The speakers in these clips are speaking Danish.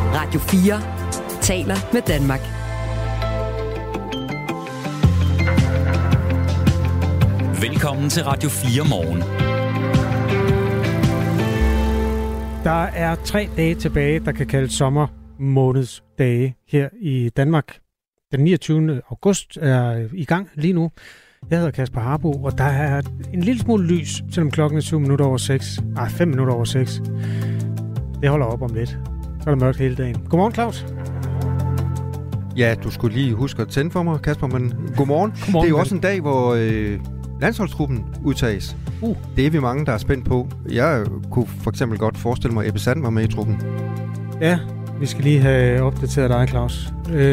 Radio 4 taler med Danmark. Velkommen til Radio 4 morgen. Der er 3 dage tilbage, der kan kaldes sommermånedsdage her i Danmark. Den 29. august er i gang lige nu. Jeg hedder Kasper Harbo, og der er en lille smule lys, selvom klokken er 5 minutter over 6. Det holder op om lidt. Så er der mørkt hele dagen. Godmorgen, Claus. Ja, du skulle lige huske at tænde for mig, Kasper, men godmorgen. Det er jo også en dag, hvor landsholdstruppen udtages. Det er vi mange, der er spændt på. Jeg kunne for eksempel godt forestille mig, at Ebbe Sand var med i truppen. Ja, vi skal lige have opdateret dig, Claus.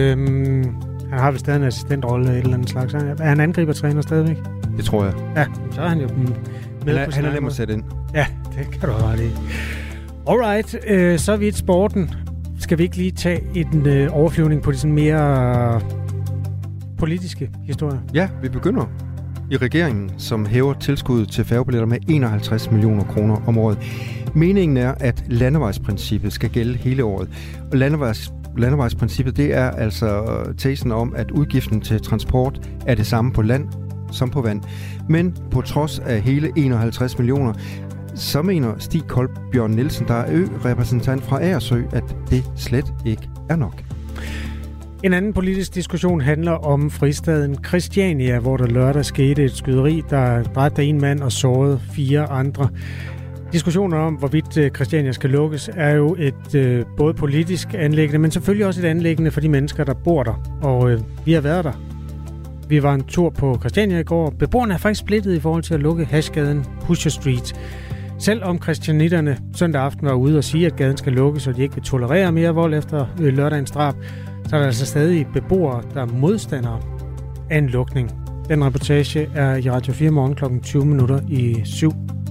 Han har vel stadig en assistentrolle af et eller andet slags. Er han angribertræner stadigvæk? Det tror jeg. Ja, så er han jo med. Han er nem at sætte ind. Ja, det kan du have ret i. Alright, så er vi i sporten. Skal vi ikke lige tage en overflyvning på de sådan mere politiske historier? Ja, vi begynder i regeringen, som hæver tilskuddet til færgebilletter med 51 millioner kroner om året. Meningen er, at landevejsprincippet skal gælde hele året. Og landevejsprincippet, det er altså tesen om, at udgiften til transport er det samme på land som på vand. Men på trods af hele 51 millioner, så mener Stig Kolbjørn Nielsen, der er ø-repræsentant fra Agersø, at det slet ikke er nok. En anden politisk diskussion handler om fristaden Christiania, hvor der lørdag skete et skyderi, der dræbte en mand og sårede 4 andre. Diskussioner om, hvorvidt Christiania skal lukkes, er jo et både politisk anliggende, men selvfølgelig også et anliggende for de mennesker, der bor der. Og vi har været der. Vi var en tur på Christiania i går. Beboerne er faktisk splittet i forhold til at lukke hashgaden Pusher Street. Selvom christianitterne søndag aften var ude og sige, at gaden skal lukkes, og de ikke vil tolerere mere vold efter lørdagens drab, så er der altså stadig beboere, der er modstandere af en lukning. Den reportage er i Radio 4 morgen kl. 20 minutter i 7.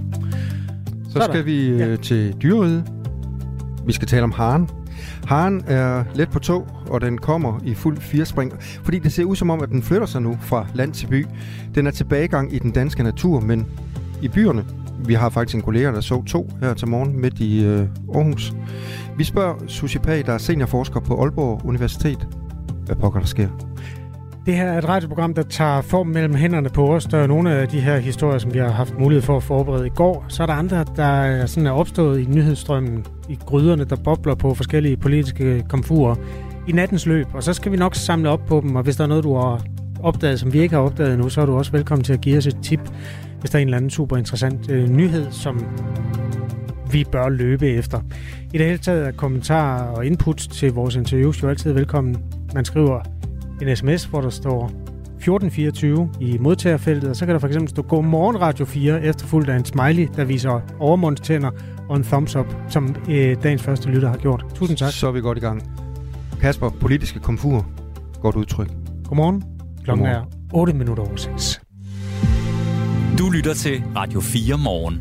Så skal vi til dyreriget. Vi skal tale om haren. Haren er let på tog, og den kommer i fuld firespring, fordi det ser ud som om, at den flytter sig nu fra land til by. Den er tilbagegang i den danske natur, men i byerne. Vi har faktisk en kollega, der så 2 her til morgen midt i Aarhus. Vi spørger Susie Pagh, der er seniorforsker på Aalborg Universitet. Hvad pokker der sker? Det her er et radioprogram, der tager form mellem hænderne på os. Der er nogle af de her historier, som vi har haft mulighed for at forberede i går. Så er der andre, der sådan er opstået i nyhedsstrømmen, i gryderne, der bobler på forskellige politiske komfurer i nattens løb. Og så skal vi nok samle op på dem, og hvis der er noget, du har opdaget, som vi ikke har opdaget endnu, så er du også velkommen til at give os et tip, hvis der er en eller anden super interessant nyhed, som vi bør løbe efter. I det hele taget er kommentarer og input til vores interviews jo altid velkommen. Man skriver en sms, hvor der står 1424 i modtagerfeltet, og så kan der for eksempel stå Godmorgen Radio 4, efterfulgt af en smiley, der viser overmundstænder og en thumbs up, som dagens første lytter har gjort. Tusind tak. Så er vi godt i gang. Kasper, politiske komfur. Godt udtryk. Godmorgen. Klokken er 8 minutter over 6. Du lytter til Radio 4 morgen.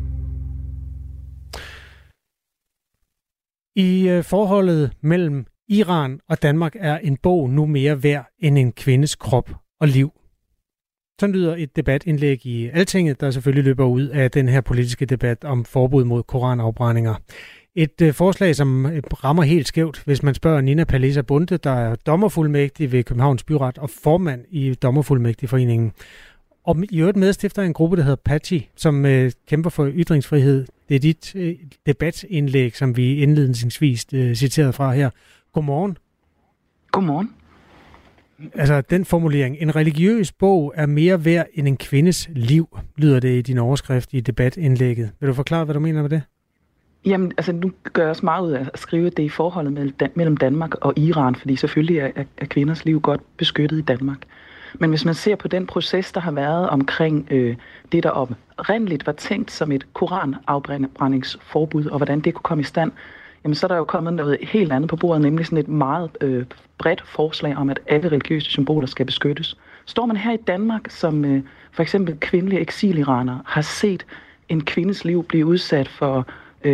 I forholdet mellem Iran og Danmark er en bog nu mere værd end en kvindes krop og liv. Sådan lyder et debatindlæg i Altinget, der selvfølgelig løber ud af den her politiske debat om forbud mod koranafbrændinger. Et forslag, som rammer helt skævt, hvis man spørger Nina Palesa Bonde, der er dommerfuldmægtig ved Københavns Byret og formand i Dommerfuldmægtigforeningen. Og i øvrigt medstifter en gruppe, der hedder Patchi, som kæmper for ytringsfrihed. Det er dit debatindlæg, som vi indledningsvis citerede fra her. Godmorgen. Godmorgen. Altså, den formulering, en religiøs bog er mere værd end en kvindes liv, lyder det i din overskrift i debatindlægget. Vil du forklare, hvad du mener med det? Jamen, altså nu gør jeg også meget ud af at skrive det i forholdet mellem Danmark og Iran, fordi selvfølgelig er kvinders liv godt beskyttet i Danmark. Men hvis man ser på den proces, der har været omkring det, der oprindeligt var tænkt som et koranafbrændingsforbud, og hvordan det kunne komme i stand, jamen så er der jo kommet noget helt andet på bordet, nemlig sådan et meget bredt forslag om, at alle religiøse symboler skal beskyttes. Står man her i Danmark, som for eksempel kvindelige eksiliranere har set en kvindes liv blive udsat for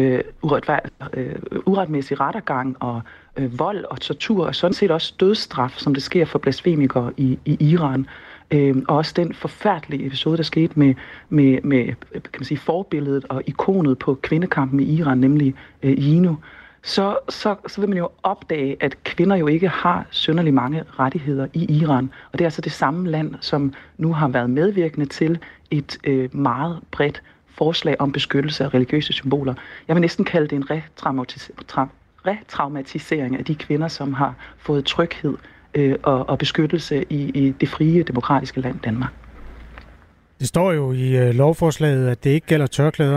uretmæssig rettergang og vold og tortur, og sådan set også dødsstraf, som det sker for blasfemikere i Iran. Og også den forfærdelige episode, der skete med kan man sige, forbilledet og ikonet på kvindekampen i Iran, nemlig Jino. så vil man jo opdage, at kvinder jo ikke har synderligt mange rettigheder i Iran. Og det er altså det samme land, som nu har været medvirkende til et meget bredt forslag om beskyttelse af religiøse symboler. Jeg vil næsten kalde det en retraumatisering af de kvinder, som har fået tryghed og beskyttelse i det frie, demokratiske land Danmark. Det står jo i lovforslaget, at det ikke gælder tørklæder.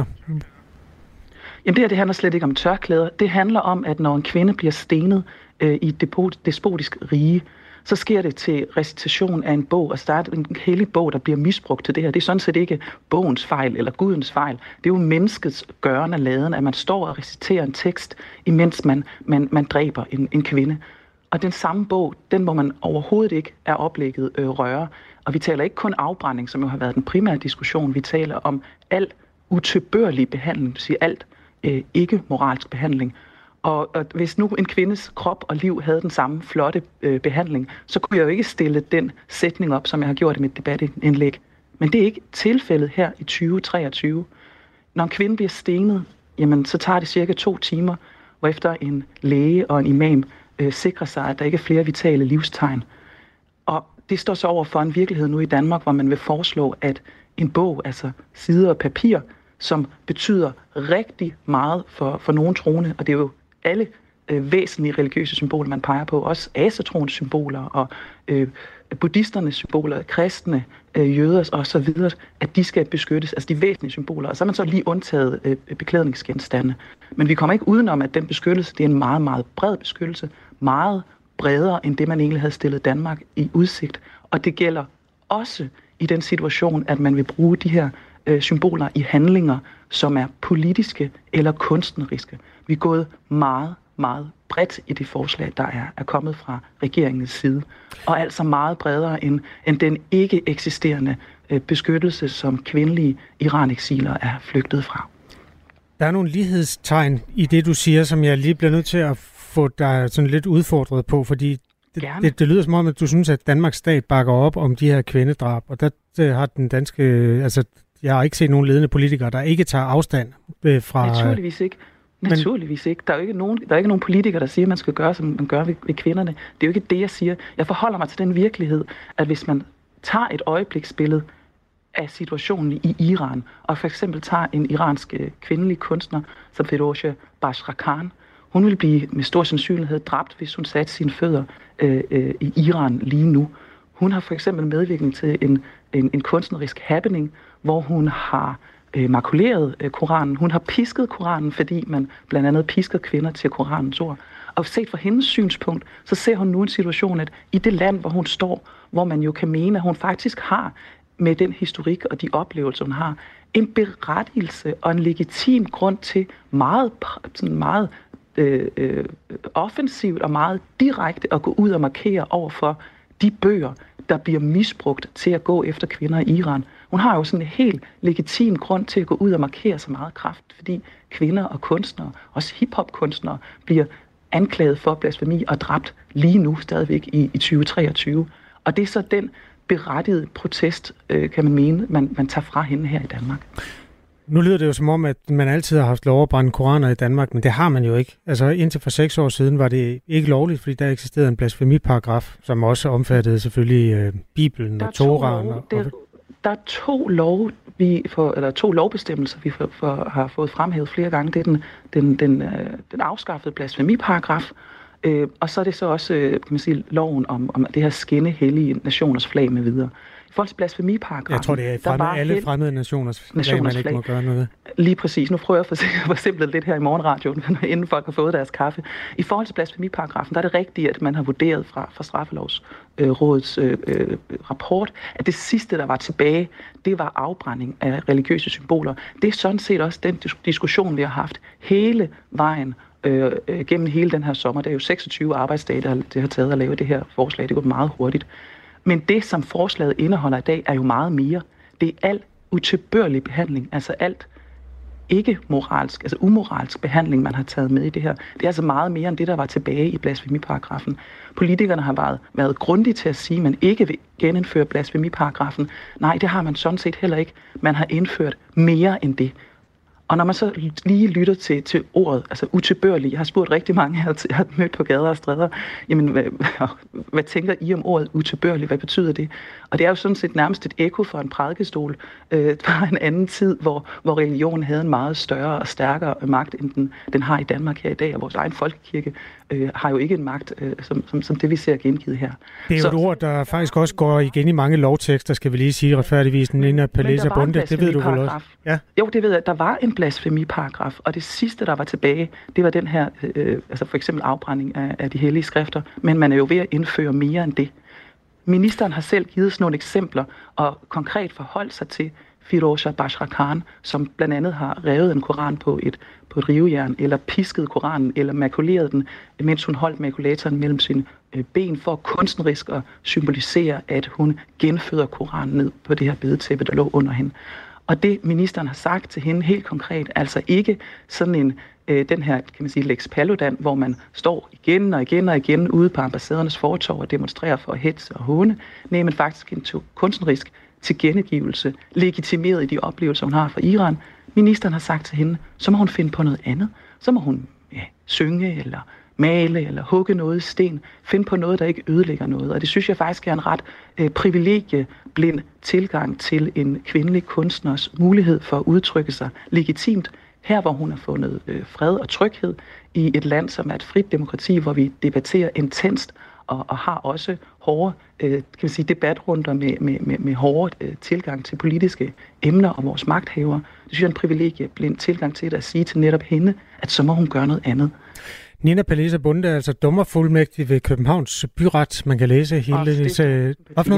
Jamen det handler slet ikke om tørklæder. Det handler om, at når en kvinde bliver stenet i et despotisk rige, så sker det til recitation af en bog, og der er en hellig bog, der bliver misbrugt til det her. Det er sådan set ikke bogens fejl eller Gudens fejl. Det er jo menneskets gøren og laden, at man står og reciterer en tekst, imens man dræber en kvinde. Og den samme bog, den må man overhovedet ikke af oplægget røre. Og vi taler ikke kun afbrænding, som jo har været den primære diskussion. Vi taler om al utilbørlig behandling, det vil sige alt ikke moralsk behandling. Og hvis nu en kvindes krop og liv havde den samme flotte behandling, så kunne jeg jo ikke stille den sætning op, som jeg har gjort i mit debatindlæg. Men det er ikke tilfældet her i 2023. Når en kvinde bliver stenet, jamen, så tager det cirka 2 timer, hvorefter en læge og en imam sikrer sig, at der ikke er flere vitale livstegn. Og det står så over for en virkelighed nu i Danmark, hvor man vil foreslå, at en bog, altså sider og papir, som betyder rigtig meget for nogle troende, og det er jo alle væsentlige religiøse symboler, man peger på, også asatroens symboler og buddhisternes symboler, kristne, jøders og så videre, at de skal beskyttes, altså de væsentlige symboler. Og så er man så lige undtaget beklædningsgenstande. Men vi kommer ikke udenom, at den beskyttelse, det er en meget, meget bred beskyttelse, meget bredere end det, man egentlig havde stillet Danmark i udsigt. Og det gælder også i den situation, at man vil bruge de her symboler i handlinger, som er politiske eller kunstneriske. Vi er gået meget, meget bredt i det forslag, der er kommet fra regeringens side, og altså meget bredere end den ikke eksisterende beskyttelse, som kvindelige iraneksiler er flygtet fra. Der er nogle lighedstegn i det, du siger, som jeg lige bliver nødt til at få dig sådan lidt udfordret på, fordi det lyder som om, at du synes, at Danmarks stat bakker op om de her kvindedrab, og der har den danske, altså jeg har ikke set nogen ledende politikere, der ikke tager afstand fra... Naturligvis ikke. Naturligvis ikke. Der er ikke nogen politikere, der siger, at man skal gøre, som man gør ved kvinderne. Det er jo ikke det, jeg siger. Jeg forholder mig til den virkelighed, at hvis man tager et øjebliksbillede af situationen i Iran, og for eksempel tager en iransk kvindelig kunstner, som Firouzeh Bazrafkan, hun vil blive med stor sandsynlighed dræbt, hvis hun satte sine fødder i Iran lige nu. Hun har for eksempel medvirkning til en kunstnerisk happening, hvor hun har makuleret Koranen. Hun har pisket Koranen, fordi man blandt andet pisker kvinder til Koranens ord. Og set fra hendes synspunkt, så ser hun nu en situation, at i det land, hvor hun står, hvor man jo kan mene, at hun faktisk har med den historik og de oplevelser, hun har, en berettigelse og en legitim grund til meget offensivt og meget direkte at gå ud og markere over for de bøger, der bliver misbrugt til at gå efter kvinder i Iran. Hun har jo sådan en helt legitim grund til at gå ud og markere så meget kraft, fordi kvinder og kunstnere, også hiphop-kunstnere, bliver anklaget for blasfemi og dræbt lige nu stadigvæk i 2023. Og det er så den berettigede protest, kan man mene, man tager fra hende her i Danmark. Nu lyder det jo som om, at man altid har haft lov at brænde koraner i Danmark, men det har man jo ikke. Altså indtil for 6 år siden var det ikke lovligt, fordi der eksisterede en blasfemiparagraf, som også omfattede selvfølgelig Bibelen og Toraen. Der er 2 lovbestemmelser, vi har fået fremhævet flere gange. Det er den afskaffede blasfemiparagraf, og så er det så også kan man sige, loven om det her skænde hellige nationers flag med videre. I forhold til blasfemiparagrafen... Jeg tror, det er alle fremmede nationers flag, man ikke må gøre noget ved. Lige præcis. Nu prøver jeg at forsimple lidt her i morgenradioen, inden folk har fået deres kaffe. I forhold til blasfemiparagrafen, der er det rigtigt, at man har vurderet fra Straffelovsrådets rapport, at det sidste, der var tilbage, det var afbrænding af religiøse symboler. Det er sådan set også den diskussion, vi har haft hele vejen gennem hele den her sommer. Det er jo 26 arbejdsdage, det har taget at lave det her forslag. Det går meget hurtigt. Men det, som forslaget indeholder i dag, er jo meget mere. Det er al utilbørlig behandling, altså alt ikke moralsk, altså umoralsk behandling, man har taget med i det her. Det er altså meget mere end det, der var tilbage i blasfemiparagrafen. Politikerne har været grundige til at sige, at man ikke vil genindføre blasfemiparagrafen. Nej, det har man sådan set heller ikke. Man har indført mere end det. Og når man så lige lytter til ordet, altså utilbørlig, jeg har spurgt rigtig mange, jeg har mødt på gader og stræder, jamen hvad tænker I om ordet utilbørlig, hvad betyder det? Og det er jo sådan set nærmest et ekko for en prædikestol fra en anden tid, hvor religionen havde en meget større og stærkere magt, end den har i Danmark her i dag, og vores egen folkekirke har jo ikke en magt, som det vi ser gengivet her. Det er jo et ord, der faktisk også går igen i mange lovtekster, skal vi lige sige retfærdigvis, Nina Palesa Bonde, det ved du vel også? Ja. Jo, det ved jeg. Der var en blasfemiparagraf, og det sidste, der var tilbage, det var den her, altså for eksempel afbrænding af de hellige skrifter, men man er jo ved at indføre mere end det. Ministeren har selv givet sådan nogle eksempler, og konkret forholdt sig til Firoozeh Bazrafkan, som blandt andet har revet en koran på et rivejern, eller pisket koranen, eller makuleret den, mens hun holdt makulatoren mellem sine ben, for kunstnerisk at symbolisere, at hun genføder koranen ned på det her bedetæppe, der lå under hende. Og det ministeren har sagt til hende helt konkret, altså ikke sådan den her, kan man sige, Lex Paludan, hvor man står igen og igen og igen ude på ambassadernes fortov og demonstrerer for at hetze og håne, nej, men faktisk en kunstnerisk tilkendegivelse, legitimeret i de oplevelser, hun har fra Iran. Ministeren har sagt til hende, så må hun finde på noget andet. Så må hun synge eller male eller hugge noget i sten, finde på noget, der ikke ødelægger noget. Og det synes jeg faktisk er en ret privilegieblind tilgang til en kvindelig kunstners mulighed for at udtrykke sig legitimt, her hvor hun har fundet fred og tryghed i et land, som er et frit demokrati, hvor vi debatterer intenst og har også hårde kan man sige, debatrunder med hårde tilgang til politiske emner og vores magthavere. Det synes jeg er en privilegieblind tilgang til at sige til netop hende, at så må hun gøre noget andet. Nina Palesa Bonde er altså dommerfuldmægtig ved Københavns Byret. Man kan læse hele...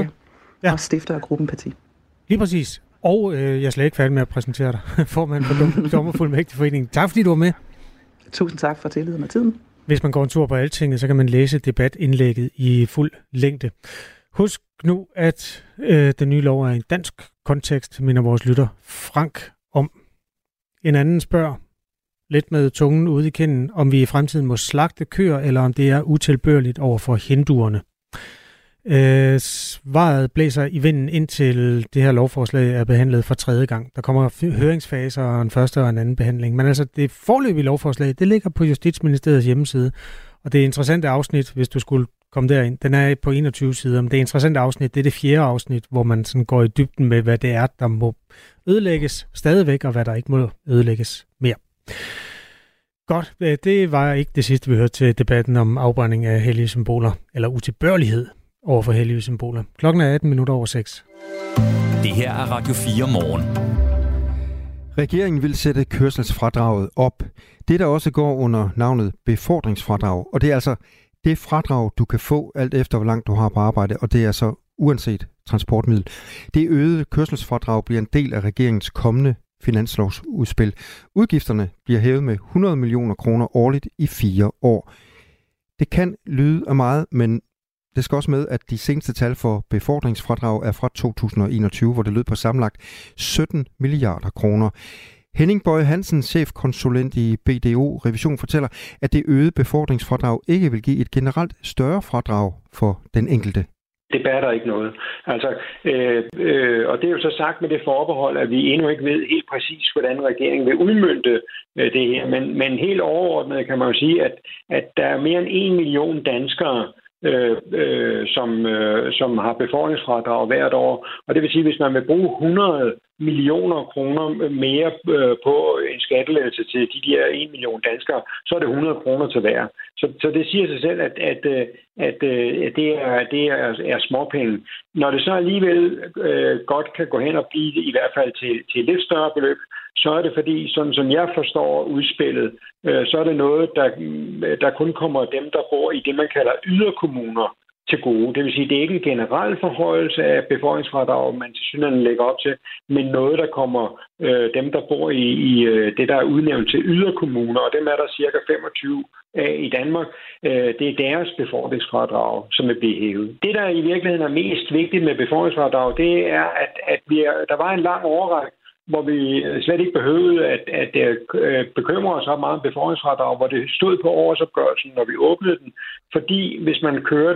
Og stifter af Gruppen Parti. Lige præcis. Og jeg er slet ikke færdig med at præsentere dig, formand for Dommerfuldmægtigforeningen. Tak fordi du var med. Tusind tak for tilliden og tiden. Hvis man går en tur på Altinget, så kan man læse debatindlægget i fuld længde. Husk nu, at den nye lov er i en dansk kontekst, minder vores lytter Frank om. En anden spørger, lidt med tungen ude i kinden, om vi i fremtiden må slagte køer, eller om det er utilbørligt over for hinduerne. Svaret blæser i vinden, indtil det her lovforslag er behandlet for tredje gang. Der kommer høringsfaser og en første og en anden behandling. Men altså det foreløbige lovforslag, det ligger på Justitsministeriets hjemmeside. Og det interessante afsnit, hvis du skulle komme derind, den er på 21 sider. Men det interessante afsnit, det er det 4. afsnit, hvor man sådan går i dybden med, hvad det er, der må ødelægges stadigvæk, og hvad der ikke må ødelægges mere. Godt, det var ikke det sidste, vi hørte til debatten om afbrænding af hellige symboler, eller utilbørlighed over for hellige symboler. Klokken er 6:18. Det her er Radio 4 morgen. Regeringen vil sætte kørselsfradraget op. Det der også går under navnet befordringsfradrag, og det er altså det fradrag, du kan få alt efter, hvor langt du har på arbejde, og det er så uanset transportmiddel. Det øgede kørselsfradrag bliver en del af regeringens kommende finanslovsudspil. Udgifterne bliver hævet med 100 millioner kroner årligt i 4 år. Det kan lyde af meget, men det skal også med, at de seneste tal for befordringsfradrag er fra 2021, hvor det lød på sammenlagt 17 milliarder kroner. Henning Bøje Hansen, chefkonsulent i BDO Revision, fortæller, at det øgede befordringsfradrag ikke vil give et generelt større fradrag for den enkelte. Det batter ikke noget. Altså, og det er jo så sagt med det forbehold, at vi endnu ikke ved helt præcis, hvordan regeringen vil udmønte det her. Men helt overordnet kan man jo sige, at der er mere end 1 million danskere, som har befordringsfradrag hvert år. Og det vil sige, at hvis man vil bruge 100 millioner kroner mere på en skattelettelse til de der 1 million danskere, så er det 100 kroner til hver. Så det siger sig selv, at det er småpenge. Når det så alligevel godt kan gå hen og blive i hvert fald til et lidt større beløb, så er det fordi, sådan som jeg forstår udspillet, så er det noget, der kun kommer dem, der bor i det, man kalder yderkommuner til gode. Det vil sige, det er ikke en generel forhøjelse af befordringsfradrag, man til synligheden lægger op til, men noget, der kommer dem, der bor i det, der er udnævnt til yderkommuner, og dem er der cirka 25 af i Danmark. Det er deres befordringsfradrag, som vil blive hævet. Det, der i virkeligheden er mest vigtigt med befordringsfradrag, det er, at der var en lang overrække, hvor vi slet ikke behøvede at bekymre os om meget om befordringsfradrag, hvor det stod på årsopgørelsen, når vi åbnede den. Fordi hvis man kørte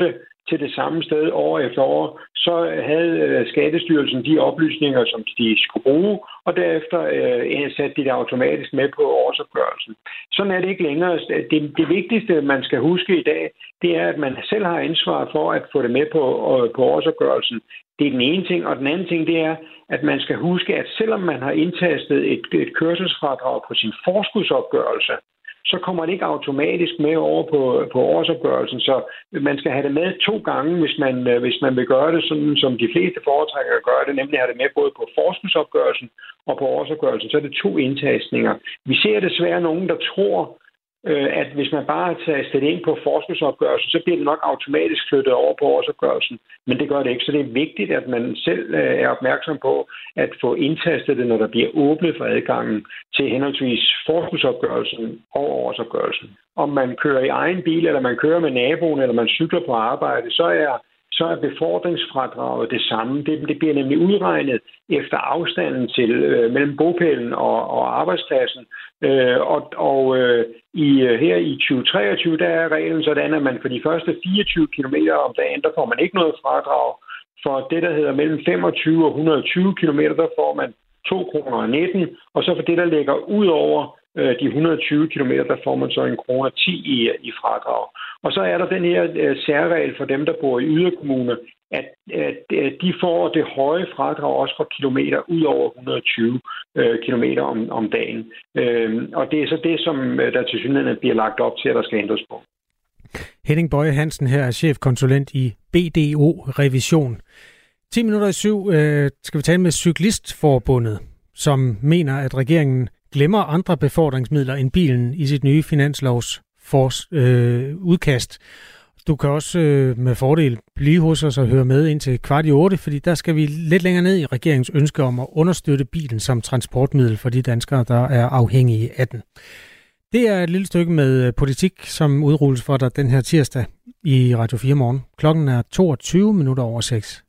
til det samme sted år efter år, så havde Skattestyrelsen de oplysninger, som de skulle bruge, og derefter satte de det automatisk med på årsopgørelsen. Sådan er det ikke længere. Det vigtigste, man skal huske i dag, det er, at man selv har ansvar for at få det med på årsopgørelsen. Det er den ene ting, og den anden ting, det er, at man skal huske, at selvom man har indtastet et kørselsfradrag på sin forskudsopgørelse, så kommer det ikke automatisk med over på årsopgørelsen. Så man skal have det med 2 gange, hvis man vil gøre det sådan, som de fleste foretrækker at gøre det, nemlig have det med både på forskudsopgørelsen og på årsopgørelsen. Så er det 2 indtastninger. Vi ser desværre nogen, der tror, at hvis man bare har tastet det ind på forskudsopgørelsen, så bliver det nok automatisk flyttet over på årsopgørelsen. Men det gør det ikke, så det er vigtigt, at man selv er opmærksom på at få indtastet det, når der bliver åbnet for adgangen til henholdsvis forskudsopgørelsen og årsopgørelsen. Om man kører i egen bil, eller man kører med naboen, eller man cykler på arbejde, så er befordringsfradraget det samme. Det bliver nemlig udregnet efter afstanden til mellem bopælen og arbejdspladsen. Her i 2023, der er reglen sådan, at man for de første 24 km om dagen, der får man ikke noget fradrag. For det, der hedder mellem 25 og 120 km, der får man 2,19 kroner, og så for det, der ligger ud over de 120 km, der får man så 1,10 kroner i fradrag. Og så er der den her særregel for dem, der bor i yderkommuner, at de får det høje fradrag også for kilometer ud over 120 kilometer om dagen. Og det er så det, som der til synligheden bliver lagt op til, at der skal ændres på. Henning Boye Hansen her er chefkonsulent i BDO Revision. 10 minutter i 7 skal vi tale med Cyklistforbundet, som mener, at regeringen glemmer andre befordringsmidler end bilen i sit nye finanslovs udkast. Du kan også med fordel blive hos os og høre med indtil 7:15, fordi der skal vi lidt længere ned i regeringens ønske om at understøtte bilen som transportmiddel for de danskere, der er afhængige af den. Det er et lille stykke med politik, som udrulles for dig den her tirsdag i Radio 4 morgen. Klokken er 6:22.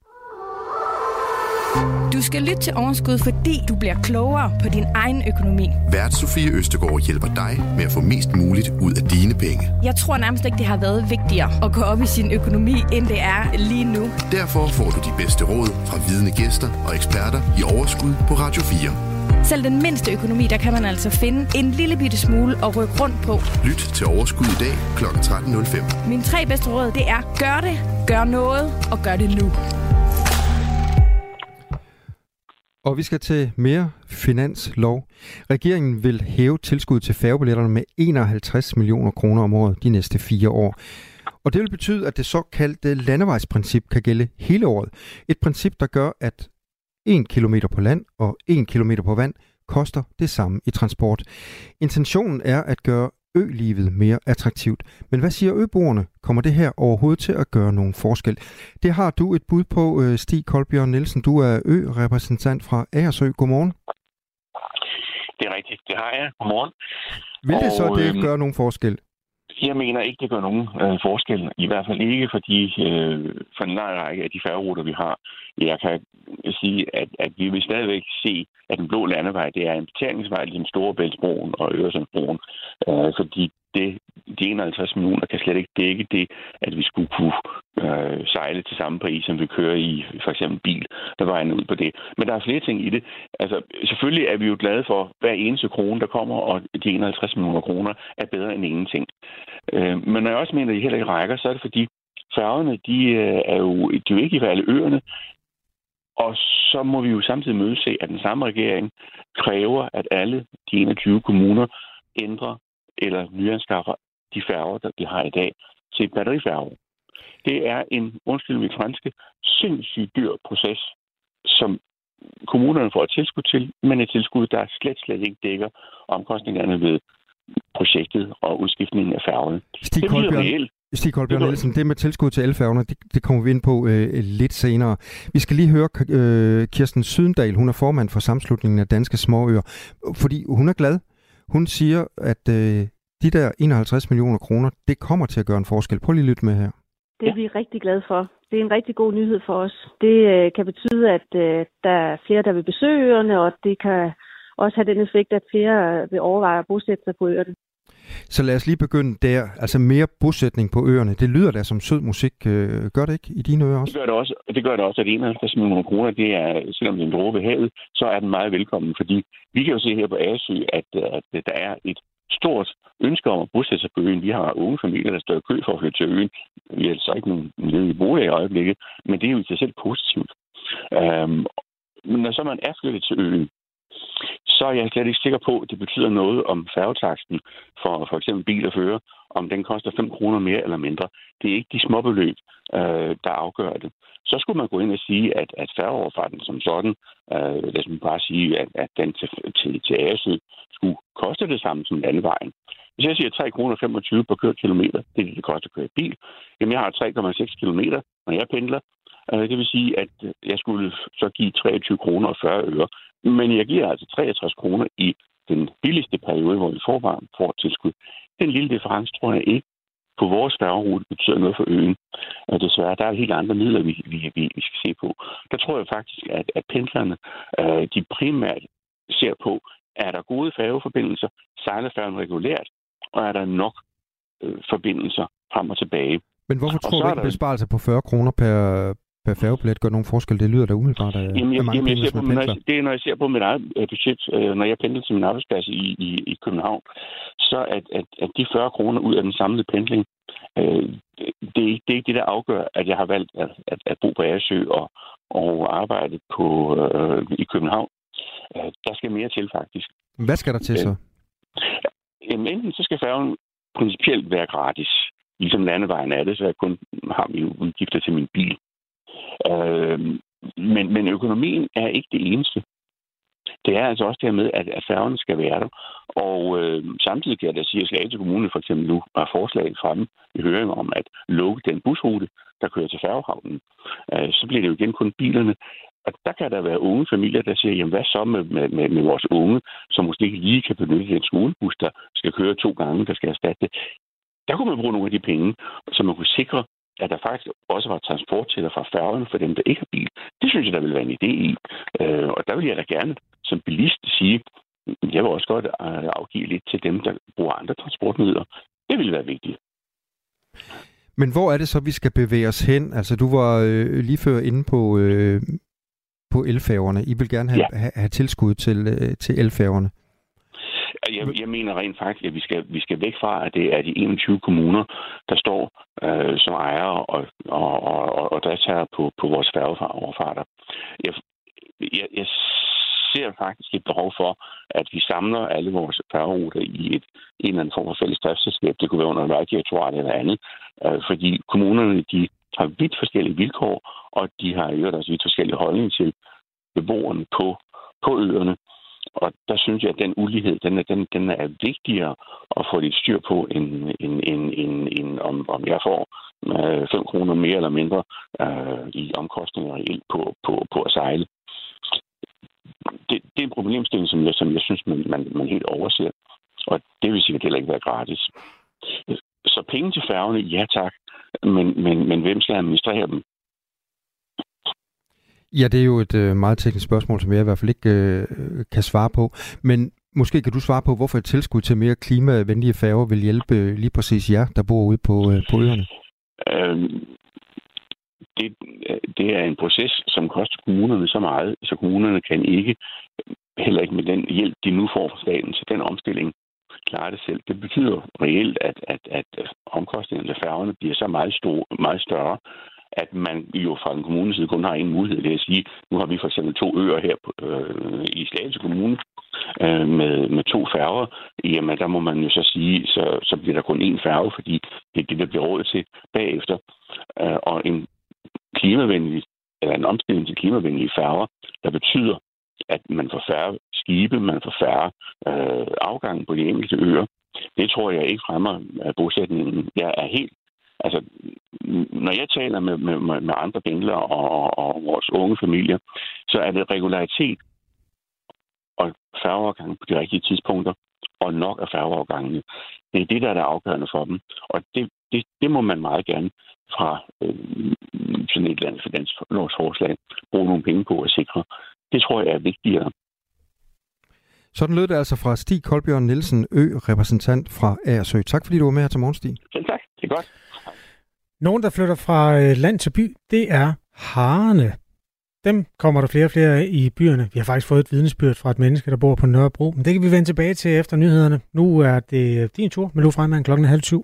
Du skal lytte til Overskud, fordi du bliver klogere på din egen økonomi. Vært Sofie Østergaard hjælper dig med at få mest muligt ud af dine penge. Jeg tror nærmest ikke, det har været vigtigere at gå op i sin økonomi, end det er lige nu. Derfor får du de bedste råd fra vidne gæster og eksperter i Overskud på Radio 4. Selv den mindste økonomi, der kan man altså finde en lille bitte smule at rykke rundt på. Lyt til Overskud i dag kl. 13.05. Mine 3 bedste råd, det er gør det, gør noget og gør det nu. Og vi skal til mere finanslov. Regeringen vil hæve tilskud til færgebilletterne med 51 millioner kroner om året de næste 4 år. Og det vil betyde, at det såkaldte landevejsprincip kan gælde hele året. Et princip, der gør, at 1 kilometer på land og 1 kilometer på vand koster det samme i transport. Intentionen er at gøre ølivet mere attraktivt. Men hvad siger øboerne? Kommer det her overhovedet til at gøre nogen forskel? Det har du et bud på, Stig Kolbjørn Nielsen. Du er ø-repræsentant fra Agersø. Godmorgen. Det er rigtigt. Det har jeg. Godmorgen. Vil det så det gøre nogen forskel? Jeg mener ikke, det gør nogen forskel. I hvert fald ikke for en lang række af de færgeruter, vi har. Jeg kan sige, at vi vil stadigvæk se, at den blå landevej, det er en betalingsvej ligesom Storebæltsbroen og Øresundsbroen. Fordi de 51 millioner kan slet ikke dække det, at vi skulle kunne sejle til samme pris, som vi kører i for eksempel bil, der vejen ud på det. Men der er flere ting i det. Altså, selvfølgelig er vi jo glade for hver eneste krone, der kommer, og de 51 millioner kroner er bedre end ingenting. Men når jeg også mener, at de heller ikke rækker, så er det fordi færgerne, de er jo ikke i alle øerne, og så må vi jo samtidig mødese, at den samme regering kræver, at alle de 21 kommuner ændrer eller nyanskaffer de færger, der vi har i dag, til batterifærger. Det er en, undskyld mit franske, sindssygt dyr proces, som kommunerne får et tilskud til, men et tilskud, der slet ikke dækker omkostningerne ved projektet og udskiftningen af færgerne. Stig Kolbjørn Nielsen, det med tilskud til elfærgerne, det kommer vi ind på lidt senere. Vi skal lige høre Kirsten Sydendal, hun er formand for Sammenslutningen af Danske Småøer, fordi hun er glad. Hun siger, at de der 51 millioner kroner, det kommer til at gøre en forskel. Prøv lige at lytte med her. Det er vi rigtig glade for. Det er en rigtig god nyhed for os. Det kan betyde, at der er flere, der vil besøge øerne, og det kan også have den effekt, at flere vil overveje at bosætte sig på øerne. Så lad os lige begynde der. Altså mere bosætning på øerne. Det lyder da som sød musik. Gør det ikke i dine ører også? Det gør det også, at 51 millioner kroner, det er, selvom det er en dråbe ved havet, så er den meget velkommen. Fordi vi kan jo se her på Agersø, at der er et stort ønske om at bosætte sig på øen. Vi har unge familier, der står i kø for at flytte til øen. Vi har altså ikke nogen ledige boliger i øjeblikket, men det er jo i sig selv positivt. Når så man er flyttet til øen, så er jeg slet ikke sikker på, at det betyder noget om færgetaksten for eksempel bil og fører, om den koster 5 kroner mere eller mindre. Det er ikke de småbeløb, der afgør det. Så skulle man gå ind og sige, at færgeoverfarten som sådan, lad os bare sige, at den til Agersø skulle koste det samme som landevejen. Hvis jeg siger 3,25 kroner per kørt kilometer, det er det koster at køre bil, jamen jeg har 3,6 kilometer, når jeg pendler. Det vil sige, at jeg skulle så give 23 kroner og 40 øre. Men jeg giver altså 63 kroner i den billigste periode, hvor vi får tilskud. Den lille difference tror jeg ikke på vores færgerute betyder noget for øen. Desværre, der er helt andre midler, vi skal se på. Der tror jeg faktisk, at pendlerne de primært ser på, er der gode færgeforbindelser, sejler færgen regulært, og er der nok forbindelser frem og tilbage. Men hvorfor tror du ikke, en besparelse på 40 kroner per færgebillet gør nogen forskel? Det lyder da umiddelbart af mange penge, hvis man pendler. Det er, når jeg ser på mit eget budget, når jeg pendler til min arbejdsplads i København, så at de 40 kroner ud af den samlede pendling, det er ikke det, der afgør, at jeg har valgt at bo på Agersø og arbejde i København. Der skal mere til, faktisk. Hvad skal der til så? Enten så skal færgen principielt være gratis, ligesom landevejen er det, så jeg kun har mine udgifter til min bil. Men økonomien er ikke det eneste. Det er altså også dermed, at færgen skal være der. Og samtidig kan jeg da sige, at Slagelse Kommune for eksempel nu har forslag fremme i høring om at lukke den busrute, der kører til færgehavnen. Så bliver det jo igen kun bilerne. Og der kan der være unge familier, der siger, jamen hvad så med vores unge, som måske ikke lige kan benytte den skolebus, der skal køre 2 gange, der skal erstatte det. Der kunne man bruge nogle af de penge, så man kunne sikre, at der faktisk også var transport til og fra færgerne for dem, der ikke har bil. Det synes jeg, der ville være en idé i. Og der vil jeg da gerne som bilist sige, jeg vil også godt afgive lidt til dem, der bruger andre transportmidler. Det ville være vigtigt. Men hvor er det så, vi skal bevæge os hen? Altså, du var lige før inde på elfærgerne. I vil gerne have tilskud til elfærgerne. Jeg mener rent faktisk, at vi skal væk fra, at det er de 21 kommuner, der står som ejere og driftsherrer på vores færgeoverfarter. Jeg ser faktisk et behov for, at vi samler alle vores færgeruter i en eller anden form for fælles driftsselskab. Det kunne være under Vejdirektoratet eller andet. Fordi kommunerne, de har vidt forskellige vilkår, og de har jo også vidt forskellige holdninger til beboerne på øerne. Og der synes jeg, at den ulighed, den er vigtigere at få lidt styr på, end om jeg får 5 kroner mere eller mindre i omkostninger reelt på at sejle. Det er en problemstilling, som jeg synes, man helt overser. Og det vil sikkert heller ikke være gratis. Så penge til færgerne, ja tak. Men hvem skal administrere dem? Ja, det er jo et meget teknisk spørgsmål, som jeg i hvert fald ikke kan svare på. Men måske kan du svare på, hvorfor et tilskud til mere klimavenlige færger vil hjælpe lige præcis jer, der bor ude på øerne? Det er en proces, som koster kommunerne så meget, så kommunerne kan ikke, heller ikke med den hjælp, de nu får fra staten til den omstilling, klare det selv. Det betyder reelt, at omkostningerne til færgerne bliver så meget større, at man jo fra den kommunes side kun har en mulighed. Det er at sige, nu har vi for eksempel 2 øer her i Slagelse Kommune med 2 færger. Jamen, der må man jo så sige, så bliver der kun 1 færge, fordi det er det, der bliver råd til bagefter. Og en omstilling til klimavenlige færger, der betyder, at man får færre skibe, man får færre afgange på de enkelte øer. Det tror jeg ikke fremmer bosætningen. Jeg er helt Altså, når jeg taler med andre pendlere og vores unge familier, så er det regularitet og færgeovergange på de rigtige tidspunkter, og nok af færgeovergangene. Det er det, der er det afgørende for dem. Og det må man meget gerne fra sådan et land for dansk lovsforslag bruge nogle penge på at sikre. Det tror jeg er vigtigere. Sådan lød det altså fra Stig Kolbjørn Nielsen, repræsentant fra Agersø. Tak fordi du var med her til morgen, Stig. Selv tak. Det er godt. Nogen, der flytter fra land til by, det er harerne. Dem kommer der flere og flere af i byerne. Vi har faktisk fået et vidnesbyrd fra et menneske, der bor på Nørrebro. Men det kan vi vende tilbage til efter nyhederne. Nu er det din tur med Lou Freimann 7:30.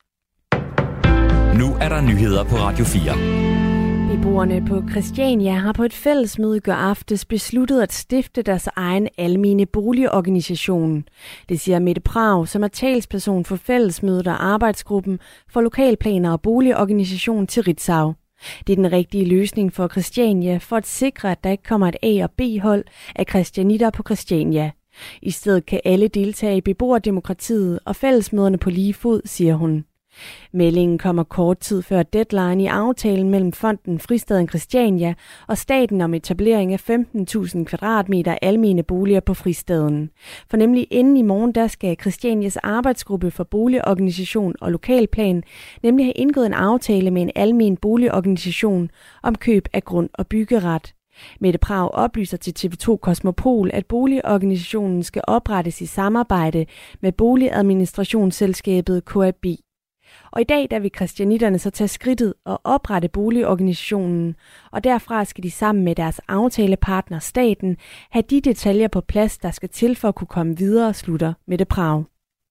Nu er der nyheder på Radio 4. Beboerne på Christiania har på et fællesmøde i går aftes besluttet at stifte deres egen almene boligorganisation. Det siger Mette Prag, som er talsperson for fællesmødet og arbejdsgruppen for lokalplaner og boligorganisation til Ritzau. Det er den rigtige løsning for Christiania for at sikre, at der ikke kommer et A- og B-hold af christianitter på Christiania. I stedet kan alle deltage i beboerdemokratiet og fællesmøderne på lige fod, siger hun. Meldingen kommer kort tid før deadline i aftalen mellem Fonden Fristaden Christiania og staten om etablering af 15.000 kvadratmeter almene boliger på Fristaden. For nemlig inden i morgen, der skal Christianias arbejdsgruppe for boligorganisation og lokalplan nemlig have indgået en aftale med en almen boligorganisation om køb af grund og byggeret. Mette Prag oplyser til TV2 Kosmopol, at boligorganisationen skal oprettes i samarbejde med boligadministrationsselskabet KAB. Og i dag der vil christianitterne så tage skridtet og oprette boligorganisationen, og derfra skal de sammen med deres aftalepartner staten have de detaljer på plads, der skal til for at kunne komme videre, slutter Mette Prag.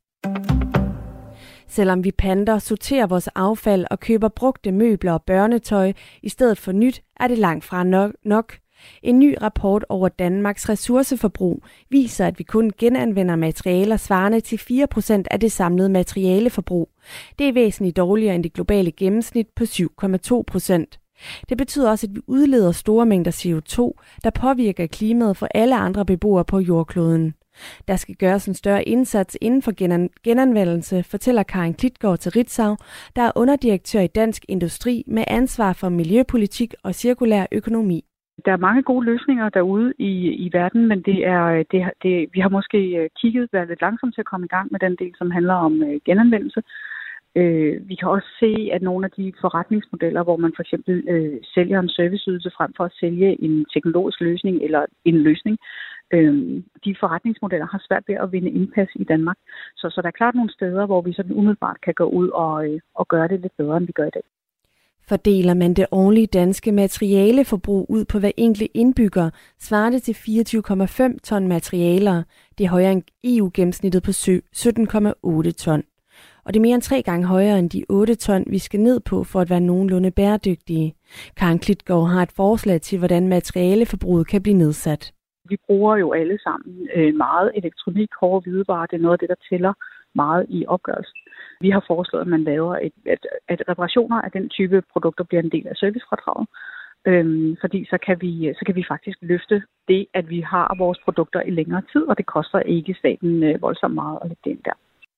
Selvom vi panter, sorterer vores affald og køber brugte møbler og børnetøj i stedet for nyt, er det langt fra nok. En ny rapport over Danmarks ressourceforbrug viser, at vi kun genanvender materialer svarende til 4% af det samlede materialeforbrug. Det er væsentligt dårligere end det globale gennemsnit på 7,2%. Det betyder også, at vi udleder store mængder CO2, der påvirker klimaet for alle andre beboere på jordkloden. Der skal gøres en større indsats inden for genanvendelse, fortæller Karin Klitgaard til Ritzau, der er underdirektør i Dansk Industri med ansvar for miljøpolitik og cirkulær økonomi. Der er mange gode løsninger derude i verden, men vi har måske været lidt langsomt til at komme i gang med den del, som handler om genanvendelse. Vi kan også se, at nogle af de forretningsmodeller, hvor man for eksempel sælger en serviceydelse frem for at sælge en teknologisk løsning eller en løsning, de forretningsmodeller har svært ved at vinde indpas i Danmark. Så der er klart nogle steder, hvor vi sådan umiddelbart kan gå ud og gøre det lidt bedre, end vi gør i dag. Fordeler man det årlige danske materialeforbrug ud på hver enkelt indbygger, svarer det til 24,5 ton materialer. Det er højere end EU-gennemsnittet på 17,8 ton. Og det er mere end 3 gange højere end de 8 ton, vi skal ned på for at være nogenlunde bæredygtige. Karin Klitgaard har et forslag til, hvordan materialeforbruget kan blive nedsat. Vi bruger jo alle sammen meget elektronik, hårde hvidevarer. Det er noget af det, der tæller meget i opgørelsen. Vi har foreslået, at man laver at reparationer af den type produkter bliver en del af servicefradraget. Fordi så kan vi faktisk løfte det, at vi har vores produkter i længere tid, og det koster ikke staten voldsomt meget at lægge det ind der.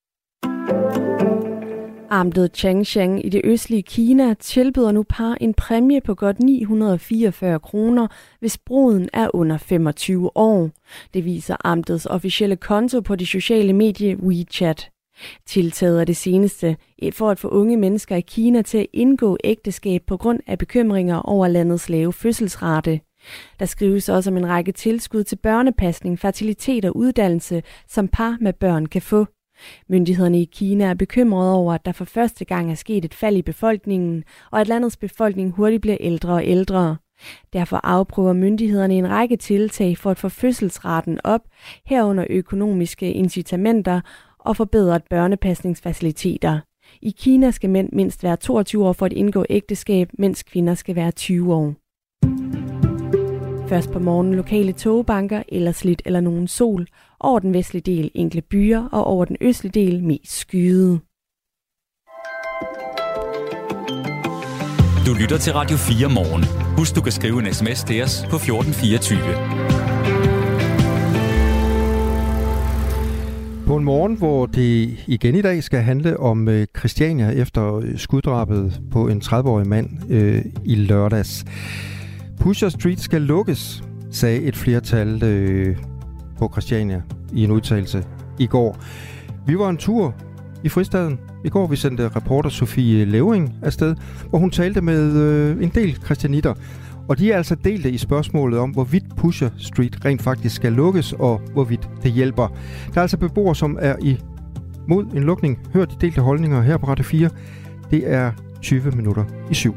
Amtet Changcheng i det østlige Kina tilbyder nu par en præmie på godt 944 kroner, hvis bruden er under 25 år. Det viser amtets officielle konto på det sociale medie WeChat. Tiltaget er det seneste for at få unge mennesker i Kina til at indgå ægteskab på grund af bekymringer over landets lave fødselsrate. Der skrives også om en række tilskud til børnepasning, fertilitet og uddannelse, som par med børn kan få. Myndighederne i Kina er bekymrede over, at der for første gang er sket et fald i befolkningen, og at landets befolkning hurtigt bliver ældre og ældre. Derfor afprøver myndighederne en række tiltag for at få fødselsraten op, herunder økonomiske incitamenter og forbedret børnepasningsfaciliteter. I Kina skal mænd mindst være 22 år for at indgå ægteskab, mens kvinder skal være 20 år. Først på morgenen lokale togbanker, ellers lidt eller nogen sol. Over den vestlige del enkle byer, og over den østlige del mest skyet. Du lytter til Radio 4 morgen. Husk, du kan skrive en sms til os på 1424. På en morgen, hvor det igen i dag skal handle om Christiania efter skuddrabet på en 30-årig mand i lørdags. Pusher Street skal lukkes, sagde et flertal på Christiania i en udtalelse i går. Vi var en tur i Fristaden i går. Vi sendte reporter Sofie Levering afsted, hvor hun talte med en del christianitter. Og de er altså delte i spørgsmålet om, hvorvidt Pusher Street rent faktisk skal lukkes, og hvorvidt det hjælper. Der er altså beboere, som er imod en lukning. Hør de delte holdninger her på Radio 4. Det er 20 minutter i 7.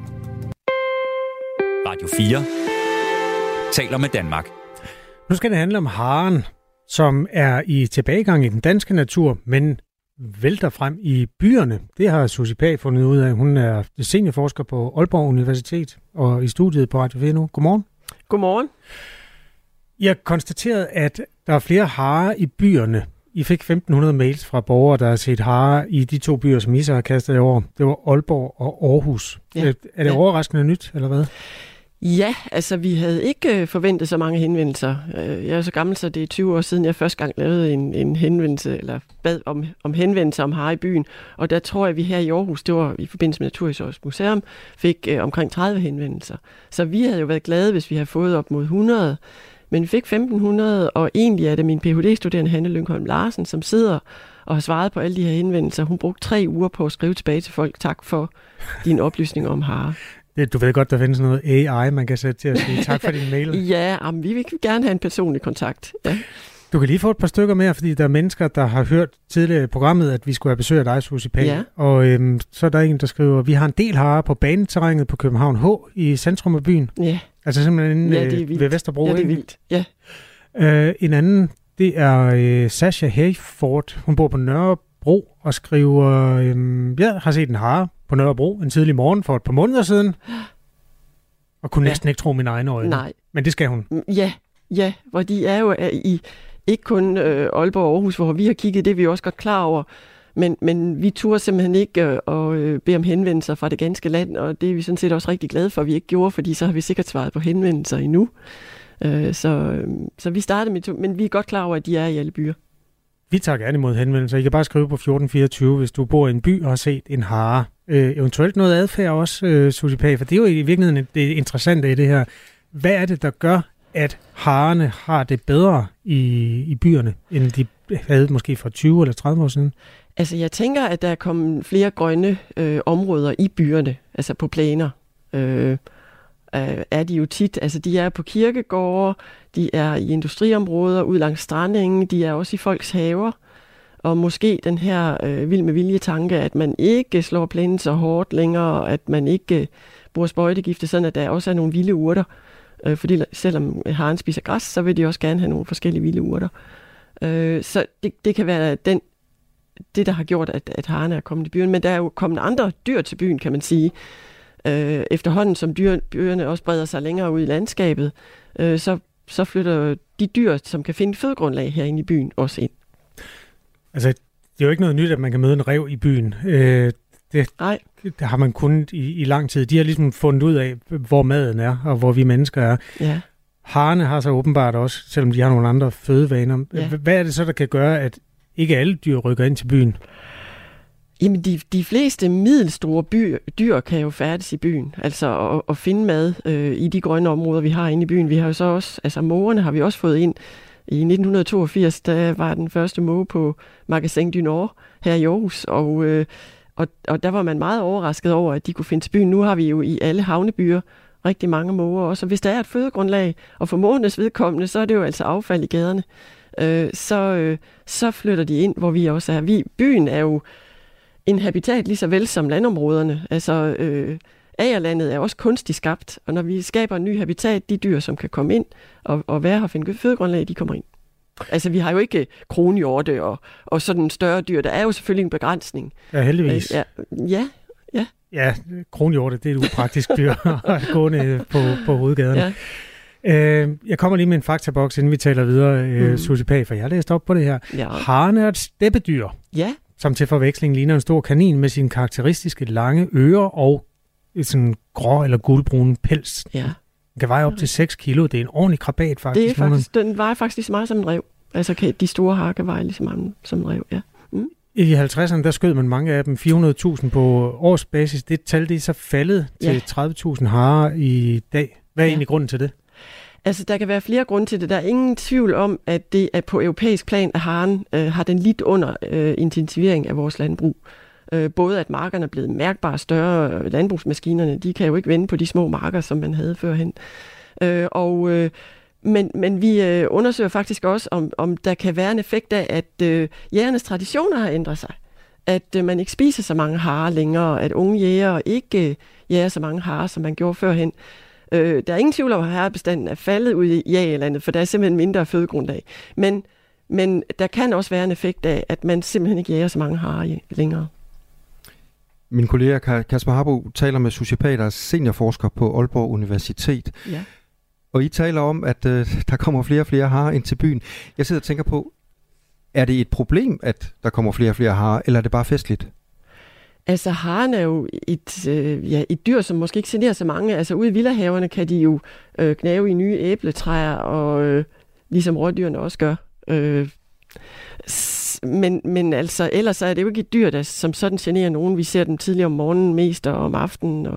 Radio 4 taler med Danmark. Nu skal det handle om haren, som er i tilbagegang i den danske natur, men vælter frem i byerne. Det har Susie Pagh fundet ud af. Hun er seniorforsker på Aalborg Universitet og i studiet på Radio 4 nu. Godmorgen. Godmorgen. Jeg konstaterede, at der er flere harer i byerne. I fik 1.500 mails fra borgere, der har set harer i de 2 byer, som I så har kastet over. Det var Aalborg og Aarhus. Ja. Er det overraskende nyt, eller hvad? Ja, altså vi havde ikke forventet så mange henvendelser. Jeg er så gammel, så det er 20 år siden, jeg første gang lavede en henvendelse, eller bad om henvendelse om harer i byen. Og der tror jeg, vi her i Aarhus, det var i forbindelse med Naturhistorisk Museum, fik omkring 30 henvendelser. Så vi havde jo været glade, hvis vi havde fået op mod 100. Men vi fik 1.500, og egentlig er det min Ph.D.-studerende Hanne Lyngholm Larsen, som sidder og har svaret på alle de her henvendelser. Hun brugte 3 uger på at skrive tilbage til folk. Tak for din oplysning om harer. Du ved godt, der findes noget AI, man kan sætte til at sige tak for din mail. Ja, vi vil gerne have en personlig kontakt. Ja. Du kan lige få et par stykker mere, fordi der er mennesker, der har hørt tidligere i programmet, at vi skulle have besøg af dig, Susie Pagh. Ja. Og så er der en, der skriver, vi har en del harer på baneterrænet på København H i centrum af byen. Ja. Altså simpelthen ved Vesterbro. Ja, det er vildt. Ja. En anden, det er Sasha Hayford. Hun bor på Nørrebro og skriver, jeg har set en hare på Nørrebro en tidlig morgen for et par måneder siden, og kunne næsten ikke tro mine egne øjne. Nej. Men det skal hun. Ja, hvor de er jo i ikke kun Aalborg og Aarhus, hvor vi har kigget, det er vi også godt klar over, men vi turde simpelthen ikke at bede om henvendelser fra det ganske land, og det er vi sådan set også rigtig glade for, at vi ikke gjorde, fordi så har vi sikkert svaret på henvendelser endnu. Så vi startede med men vi er godt klar over, at de er i alle byer. Vi tager gerne imod henvendelser. I kan bare skrive på 1424, hvis du bor i en by og har set en hare. Eventuelt noget adfærd også, Susie Pagh, for det er jo i virkeligheden det interessante i det her. Hvad er det, der gør, at harerne har det bedre i byerne, end de havde måske for 20 eller 30 år siden? Altså, jeg tænker, at der er kommet flere grønne områder i byerne, altså på plæner. Er de jo tit, altså de er på kirkegårde, de er i industriområder, ud langs strandingen, de er også i folks haver. Og måske den her vild med vilje tanke, at man ikke slår plænen så hårdt længere, at man ikke bruger sprøjtegifte, sådan at der også er nogle vilde urter. Fordi selvom haren spiser græs, så vil de også gerne have nogle forskellige vilde urter. Så det kan være det, der har gjort, at harerne er kommet i byen. Men der er jo kommet andre dyr til byen, kan man sige. Efterhånden, som dyrene også breder sig længere ud i landskabet, så flytter de dyr, som kan finde fødegrundlag herinde i byen, også ind. Altså, det er jo ikke noget nyt, at man kan møde en ræv i byen. Det har man kunnet i lang tid. De har ligesom fundet ud af, hvor maden er, og hvor vi mennesker er. Ja. Harerne har så åbenbart også, selvom de har nogle andre fødevaner. Ja. Hvad er det så, der kan gøre, at ikke alle dyr rykker ind til byen? Jamen, de fleste middelstore dyr kan jo færdes i byen, altså at finde mad i de grønne områder, vi har inde i byen. Vi har jo så også, altså mågerne har vi også fået ind. I 1982, der var den første måge på Magasin du Nord her i Aarhus, og der var man meget overrasket over, at de kunne finde til byen. Nu har vi jo i alle havnebyer rigtig mange måger også, og hvis der er et fødegrundlag, og for mågernes vedkommende, så er det jo altså affald i gaderne, så flytter de ind, hvor vi også er. Byen er jo en habitat lige så vel som landområderne. Altså, agerlandet er også kunstigt skabt, og når vi skaber en ny habitat, de dyr, som kan komme ind og være her og finde fødegrundlag, de kommer ind. Altså, vi har jo ikke kronhjorte og sådan større dyr. Der er jo selvfølgelig en begrænsning. Ja, heldigvis. Ja, kronhjorte, det er et upraktisk dyr at gå på hovedgaderne. Ja. Jeg kommer lige med en faktaboks, inden vi taler videre, Susie Pagh, for jeg har læst op på det her. Ja. Haren er et steppedyr, som til forveksling ligner en stor kanin med sine karakteristiske lange ører og et sådan grå eller gulbrun pels. Ja. Den kan veje op til 6 kilo. Det er en ordentlig krabat, faktisk. Den vejer faktisk lige så meget som en ræv. Altså, de store harer kan veje lige så meget som en ræv, ja. Mm. I 50'erne, der skød man mange af dem. 400.000 på årsbasis. Det tal, det er så faldet til 30.000 harer i dag. Hvad er egentlig grunden til det? Altså, der kan være flere grunde til det. Der er ingen tvivl om, at det er på europæisk plan, at haren har den lidt under intensivering af vores landbrug. Både at markerne er blevet mærkbart større, landbrugsmaskinerne, de kan jo ikke vende på de små marker, som man havde førhen. Men vi undersøger faktisk også, om der kan være en effekt af, at jægernes traditioner har ændret sig. At man ikke spiser så mange harer længere, at unge jægere ikke jager så mange harer, som man gjorde førhen. Der er ingen tvivl om, at harebestanden er faldet ud i jagerlandet, for der er simpelthen mindre fødegrundlag. Men der kan også være en effekt af, at man simpelthen ikke jager så mange harer længere. Min kollega Kasper Harbo taler med Susie Pagh, der er seniorforsker på Aalborg Universitet. Ja. Og I taler om, at der kommer flere og flere harer ind til byen. Jeg sidder og tænker på, er det et problem, at der kommer flere og flere harer, eller er det bare festligt? Altså, haren er jo et dyr, som måske ikke generer så mange. Altså, ude i villahaverne kan de jo gnave i nye æbletræer, og ligesom rådyrene også gør. Men altså, ellers er det jo ikke et dyr, der som sådan generer nogen. Vi ser dem tidligere om morgenen mest, og om aftenen.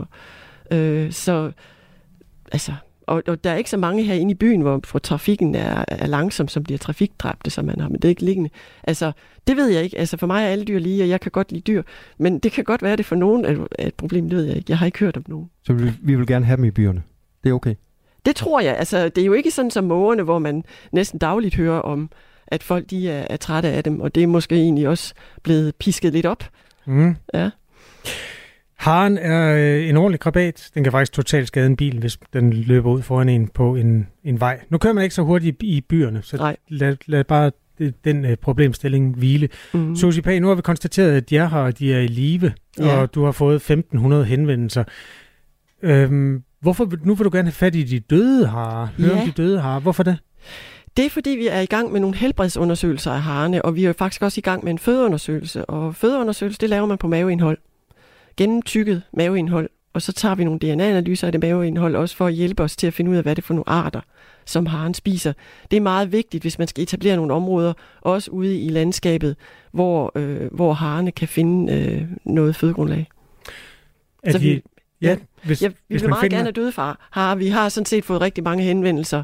Og der er ikke så mange herinde i byen, hvor trafikken er langsom, som bliver trafikdræbte, som man har, men det er ikke liggende. Altså, det ved jeg ikke. Altså, for mig er alle dyr lige, og jeg kan godt lide dyr. Men det kan godt være, det for nogen er et problem, det ved jeg ikke. Jeg har ikke hørt om nogen. Så vi vil gerne have dem i byerne? Det er okay? Det tror jeg. Altså, det er jo ikke sådan som mågerne, hvor man næsten dagligt hører om, at folk de er trætte af dem, og det er måske egentlig også blevet pisket lidt op. Mm. Ja. Haren er en ordentlig krabat. Den kan faktisk totalt skade en bil, hvis den løber ud foran en på en vej. Nu kører man ikke så hurtigt i byerne, så lad bare den problemstilling hvile. Mm-hmm. Susie Pagh, nu har vi konstateret, at de er her, og de er i live, og du har fået 1.500 henvendelser. Nu vil du gerne have fat i de døde harer. Høre om de døde harer. Hvorfor det? Det er, fordi vi er i gang med nogle helbredsundersøgelser af harerne, og vi er faktisk også i gang med en fødeundersøgelse. Og fødeundersøgelse, det laver man på maveindhold. Gennemtykket maveindhold. Og så tager vi nogle DNA-analyser af det maveindhold, også for at hjælpe os til at finde ud af, hvad det er for nogle arter, som haren spiser. Det er meget vigtigt, hvis man skal etablere nogle områder, også ude i landskabet, hvor harerne kan finde noget fødegrundlag. Vi vil meget gerne have døde harer. Vi har sådan set fået rigtig mange henvendelser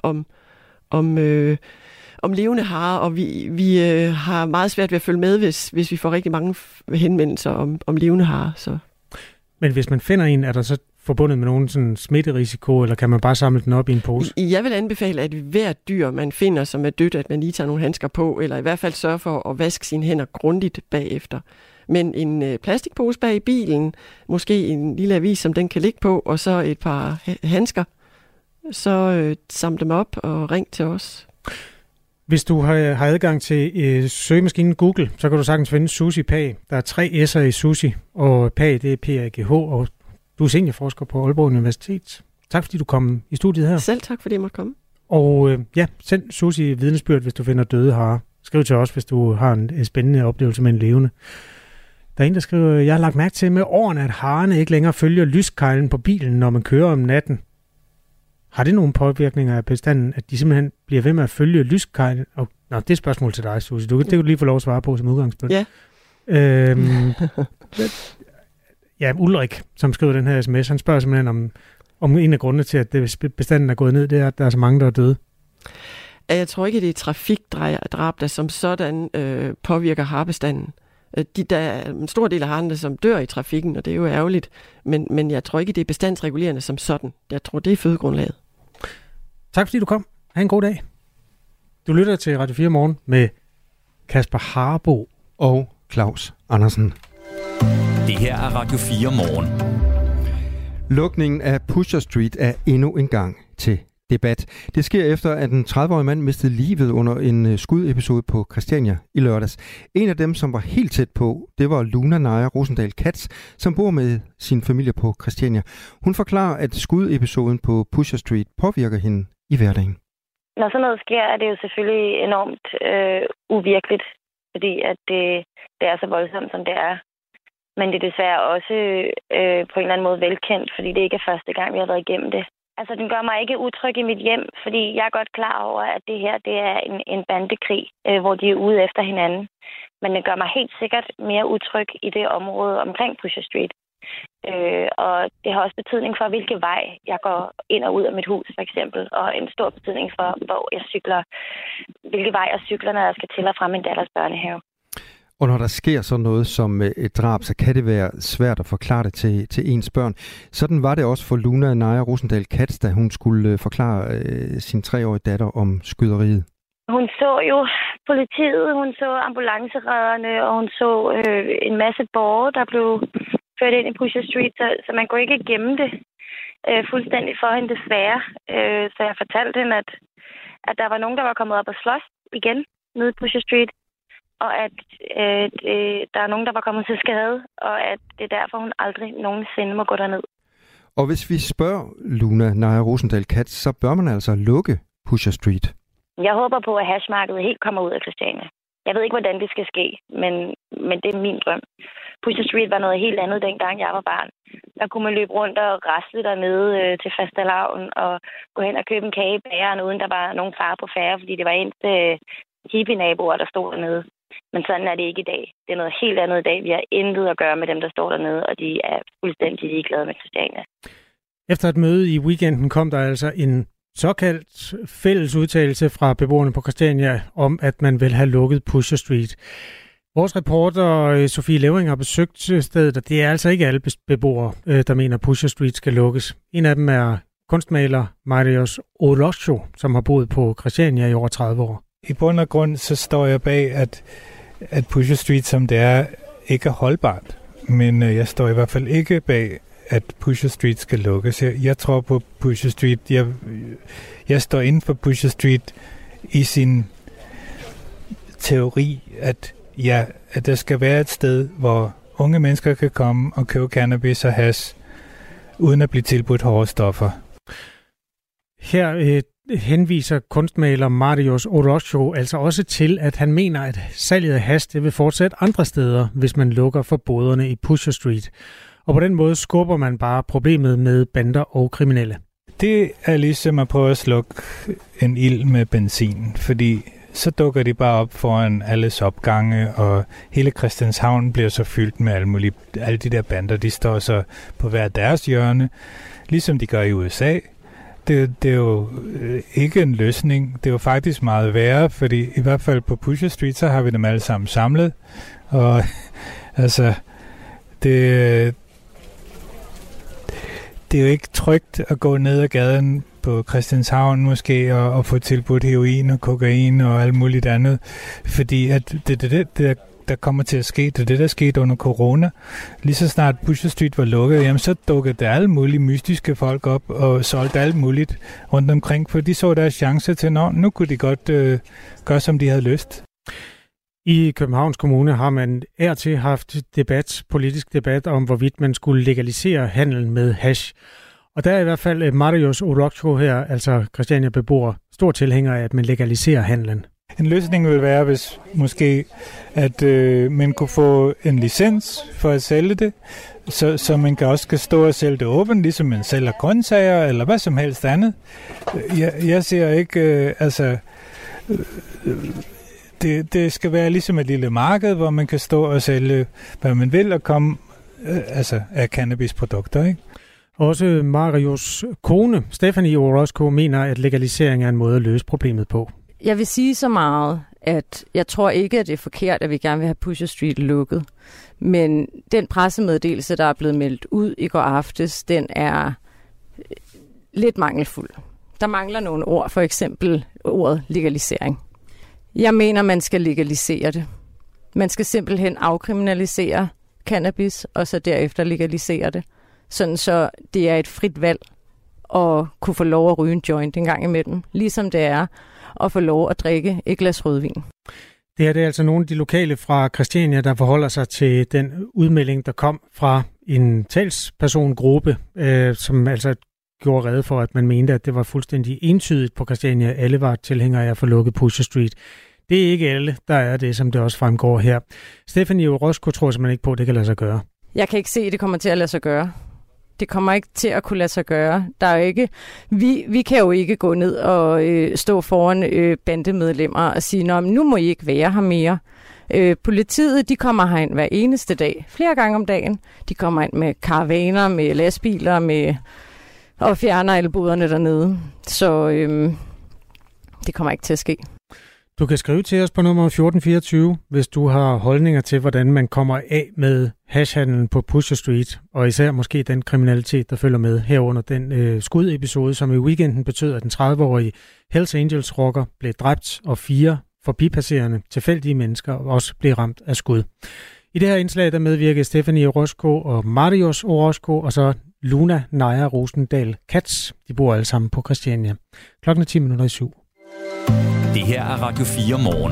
om levende harer, og vi har meget svært ved at følge med, hvis vi får rigtig mange henvendelser om levende harer. Så. Men hvis man finder en, er der så forbundet med nogen sådan smitterisiko, eller kan man bare samle den op i en pose? Jeg vil anbefale, at hvert dyr, man finder, som er dødt, at man lige tager nogle handsker på, eller i hvert fald sørge for at vaske sine hænder grundigt bagefter. Men en plastikpose bag i bilen, måske en lille avis, som den kan ligge på, og så et par handsker, så samle dem op og ring til os. Hvis du har adgang til søgemaskinen Google, så kan du sagtens finde Susie Pagh. Der er 3 S'er i Susie, og Pagh, det er P-A-G-H, og du er seniorforsker på Aalborg Universitet. Tak fordi du kom i studiet her. Selv tak fordi jeg måtte komme. Og send Susie vidnesbyrd, hvis du finder døde harer. Skriv til os, hvis du har en spændende oplevelse med en levende. Der er en, der skriver, jeg har lagt mærke til med årene, at harerne ikke længere følger lyskejlen på bilen, når man kører om natten. Har det nogle påvirkninger af bestanden, at de simpelthen bliver ved med at følge lyskejlen? Det er et spørgsmål til dig, Susie. Det kan du lige få lov at svare på som udgangspunkt. Ja. Ulrik, som skriver den her sms, han spørger simpelthen om en af grundene til, at bestanden er gået ned, det er, at der er så mange, der er døde. Jeg tror ikke, det er trafikdrab, der som sådan påvirker harebestanden. Der er en stor del af harerne, som dør i trafikken, og det er jo ærgerligt. Men jeg tror ikke, det er bestandsregulerende som sådan. Jeg tror, det er fødegrundlaget. Tak fordi du kom. Ha' en god dag. Du lytter til Radio 4 Morgen med Kasper Harbo og Claus Andersen. Det her er Radio 4 Morgen. Lukningen af Pusher Street er endnu en gang til debat. Det sker efter, at en 30-årig mand mistede livet under en skudepisode på Christiania i lørdags. En af dem, som var helt tæt på, det var Luna Naja Rosendal Katz, som bor med sin familie på Christiania. Hun forklarer, at skudepisoden på Pusher Street påvirker hende i hverdagen. Når sådan noget sker, er det jo selvfølgelig enormt uvirkeligt, fordi at det er så voldsomt, som det er. Men det er desværre også på en eller anden måde velkendt, fordi det ikke er første gang, vi har været igennem det. Altså, den gør mig ikke utryg i mit hjem, fordi jeg er godt klar over, at det her det er en bandekrig, hvor de er ude efter hinanden. Men den gør mig helt sikkert mere utryg i det område omkring Pusher Street. Og det har også betydning for, hvilke vej jeg går ind og ud af mit hus, for eksempel. Og en stor betydning for, hvor jeg cykler, hvilke vej jeg cykler, når jeg skal til og fra min datters børnehave. Og når der sker sådan noget som et drab, så kan det være svært at forklare det til ens børn. Sådan var det også for Luna Naja Rosendahl Katz, da hun skulle forklare sin 3-årige datter om skyderiet. Hun så jo politiet, hun så ambulanceredderne, og hun så en masse borgere, der blev ført ind i Pusher Street, så man kunne ikke gemme det fuldstændig for hende, desværre. Så jeg fortalte hende, at der var nogen, der var kommet op og slås igen nede i Pusher Street, og at der er nogen, der var kommet til skade, og at det er derfor, hun aldrig nogensinde må gå derned. Og hvis vi spørger Luna Naja Rosendahl Katz, så bør man altså lukke Pusher Street. Jeg håber på, at hashmarkedet helt kommer ud af Christiania. Jeg ved ikke, hvordan det skal ske, men det er min drøm. Pusher Street var noget helt andet, dengang jeg var barn. Der kunne man løbe rundt og rasle dernede til fastelavn og gå hen og købe en kage i bageren, uden der var nogen fare på færre, fordi det var ens hippie-naboer, der stod dernede. Men sådan er det ikke i dag. Det er noget helt andet i dag. Vi har intet at gøre med dem, der står dernede, og de er fuldstændig ligeglade med Christiania. Efter et møde i weekenden kom der altså en såkaldt fælles udtalelse fra beboerne på Christiania om, at man vil have lukket Pusher Street. Vores reporter Sofie Levering har besøgt stedet, og det er altså ikke alle beboere, der mener, at Pusher Street skal lukkes. En af dem er kunstmaler Marius Orozco, som har boet på Christiania i over 30 år. I bund og grund så står jeg bag, at Pusher Street, som det er, ikke er holdbart. Men jeg står i hvert fald ikke bag, at Pusher Street skal lukkes. Jeg tror på Pusher Street. Jeg står inden for Pusher Street i sin teori, at der skal være et sted, hvor unge mennesker kan komme og købe cannabis og hash, uden at blive tilbudt hårde stoffer. Her henviser kunstmaler Marius Orozco altså også til, at han mener, at salget af hash det vil fortsætte andre steder, hvis man lukker for boderne i Pusher Street. Og på den måde skubber man bare problemet med bander og kriminelle. Det er ligesom at prøve at slukke en ild med benzin, fordi så dukker de bare op foran alles opgange, og hele Christianshavn bliver så fyldt med alle de der bander, de står så på hver deres hjørne, ligesom de gør i USA. Det er jo ikke en løsning. Det er jo faktisk meget værre, fordi i hvert fald på Pusher Street, så har vi dem alle sammen samlet. Og altså, det er jo ikke trygt at gå ned ad gaden på Christianshavn måske og få tilbudt heroin og kokain og alt muligt andet, fordi at det der kommer til at ske. Det er det, der skete under corona. Lige så snart Pusher Street var lukket, jamen så dukkede der alle mulige mystiske folk op og solgte alt muligt rundt omkring, for de så deres chance til, nu kunne de godt gøre, som de havde lyst. I Københavns Kommune har man til haft politisk debat om, hvorvidt man skulle legalisere handel med hash. Og der er i hvert fald Marius Orozco her, altså Christiania-beboer, stor tilhænger af, at man legaliserer handlen. En løsning vil være, hvis måske, at man kunne få en licens for at sælge det, så man kan også stå og sælge det åbent, ligesom man sælger grøntsager eller hvad som helst andet. Jeg ser ikke, det skal være ligesom et lille marked, hvor man kan stå og sælge, hvad man vil, og komme af cannabisprodukter, ikke? Også Marius kone, Stephanie Orozco, mener, at legalisering er en måde at løse problemet på. Jeg vil sige så meget, at jeg tror ikke, at det er forkert, at vi gerne vil have Pusher Street lukket. Men den pressemeddelelse, der er blevet meldt ud i går aftes, den er lidt mangelfuld. Der mangler nogle ord, for eksempel ordet legalisering. Jeg mener, man skal legalisere det. Man skal simpelthen afkriminalisere cannabis, og så derefter legalisere det. Sådan så det er et frit valg at kunne få lov at ryge en joint en gang imellem. Ligesom det er at få lov at drikke et glas rødvin. Det er altså nogle af de lokale fra Christiania, der forholder sig til den udmelding, der kom fra en talspersongruppe, som altså gjorde rede for, at man mente, at det var fuldstændig entydigt på Christiania. Alle var tilhængere af at få lukket Pusher Street. Det er ikke alle, der er det, som det også fremgår her. Stephanie Orozco tror simpelthen ikke på, at det kan lade sig gøre. Jeg kan ikke se, at det kommer til at lade sig gøre. Det kommer ikke til at kunne lade sig gøre. Der er ikke, vi kan jo ikke gå ned og stå foran bandemedlemmer og sige, nu må I ikke være her mere. Politiet, de kommer herind hver eneste dag, flere gange om dagen. De kommer ind med karavaner, med lastbiler, og fjerner alle boderne dernede. Så det kommer ikke til at ske. Du kan skrive til os på nummer 1424, hvis du har holdninger til, hvordan man kommer af med hashhandlen på Pusher Street, og især måske den kriminalitet, der følger med herunder den skudepisode, som i weekenden betød, at en 30-årig Hells Angels rocker blev dræbt, og 4 forbipasserende tilfældige mennesker også blev ramt af skud. I det her indslag, der medvirker Stephanie Orozco og Marius Orozco, og så Luna Naja Rosendal Katz. De bor alle sammen på Christiania. Klokken er 7:10. Det her er Radio 4 morgen.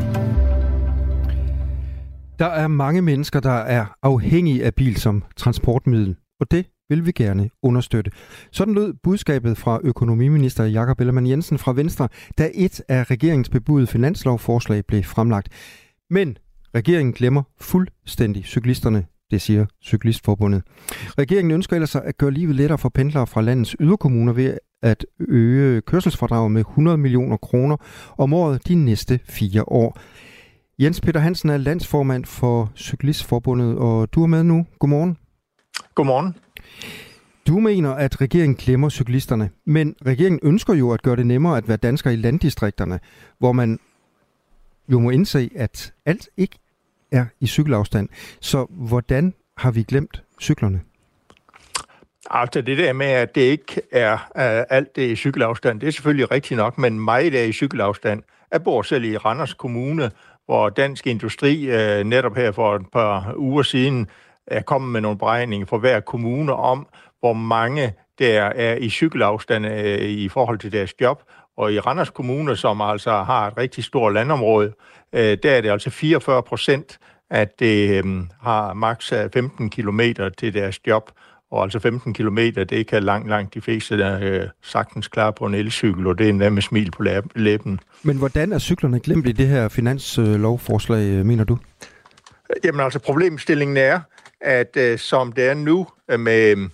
Der er mange mennesker, der er afhængige af bil som transportmiddel, og det vil vi gerne understøtte. Sådan lød budskabet fra økonomiminister Jakob Ellemann-Jensen fra Venstre, da et af regeringens bebudede finanslovforslag blev fremlagt. Men regeringen glemmer fuldstændig cyklisterne, det siger Cyklistforbundet. Regeringen ønsker ellers at gøre livet lettere for pendlere fra landets yderkommuner ved at øge kørselsfradraget med 100 millioner kroner om året de næste 4 år. Jens Peter Hansen er landsformand for Cyklistforbundet, og du er med nu. Godmorgen. Godmorgen. Du mener, at regeringen glemmer cyklisterne, men regeringen ønsker jo at gøre det nemmere at være dansker i landdistrikterne, hvor man jo må indse, at alt ikke er i cykelafstand. Så hvordan har vi glemt cyklerne? Altså det der med, at det ikke er alt det i cykelafstand, det er selvfølgelig rigtigt nok, men meget er i cykelafstand. Jeg bor selv i Randers Kommune, hvor Dansk Industri netop her for et par uger siden er kommet med nogle beregninger for hver kommune om, hvor mange der er i cykelafstand i forhold til deres job. Og i Randers Kommune, som altså har et rigtig stort landområde, der er det altså 44%, at det har maks 15 kilometer til deres job. Og altså 15 kilometer, det kan langt de fleste der sagtens klare på en elcykel, og det er endda med smil på læben. Men hvordan er cyklerne glemt i det her finanslovforslag, mener du? Jamen altså problemstillingen er, at som det er nu med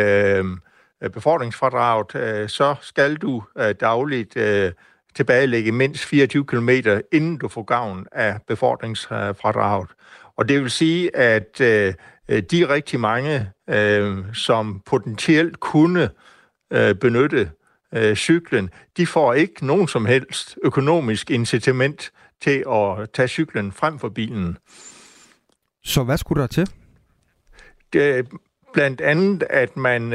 befordringsfradraget, så skal du dagligt tilbagelægge mindst 24 kilometer, inden du får gavn af befordringsfradraget. Og det vil sige, at de rigtig mange, som potentielt kunne benytte cyklen, de får ikke nogen som helst økonomisk incitament til at tage cyklen frem for bilen. Så hvad skulle der til? Det, blandt andet, at man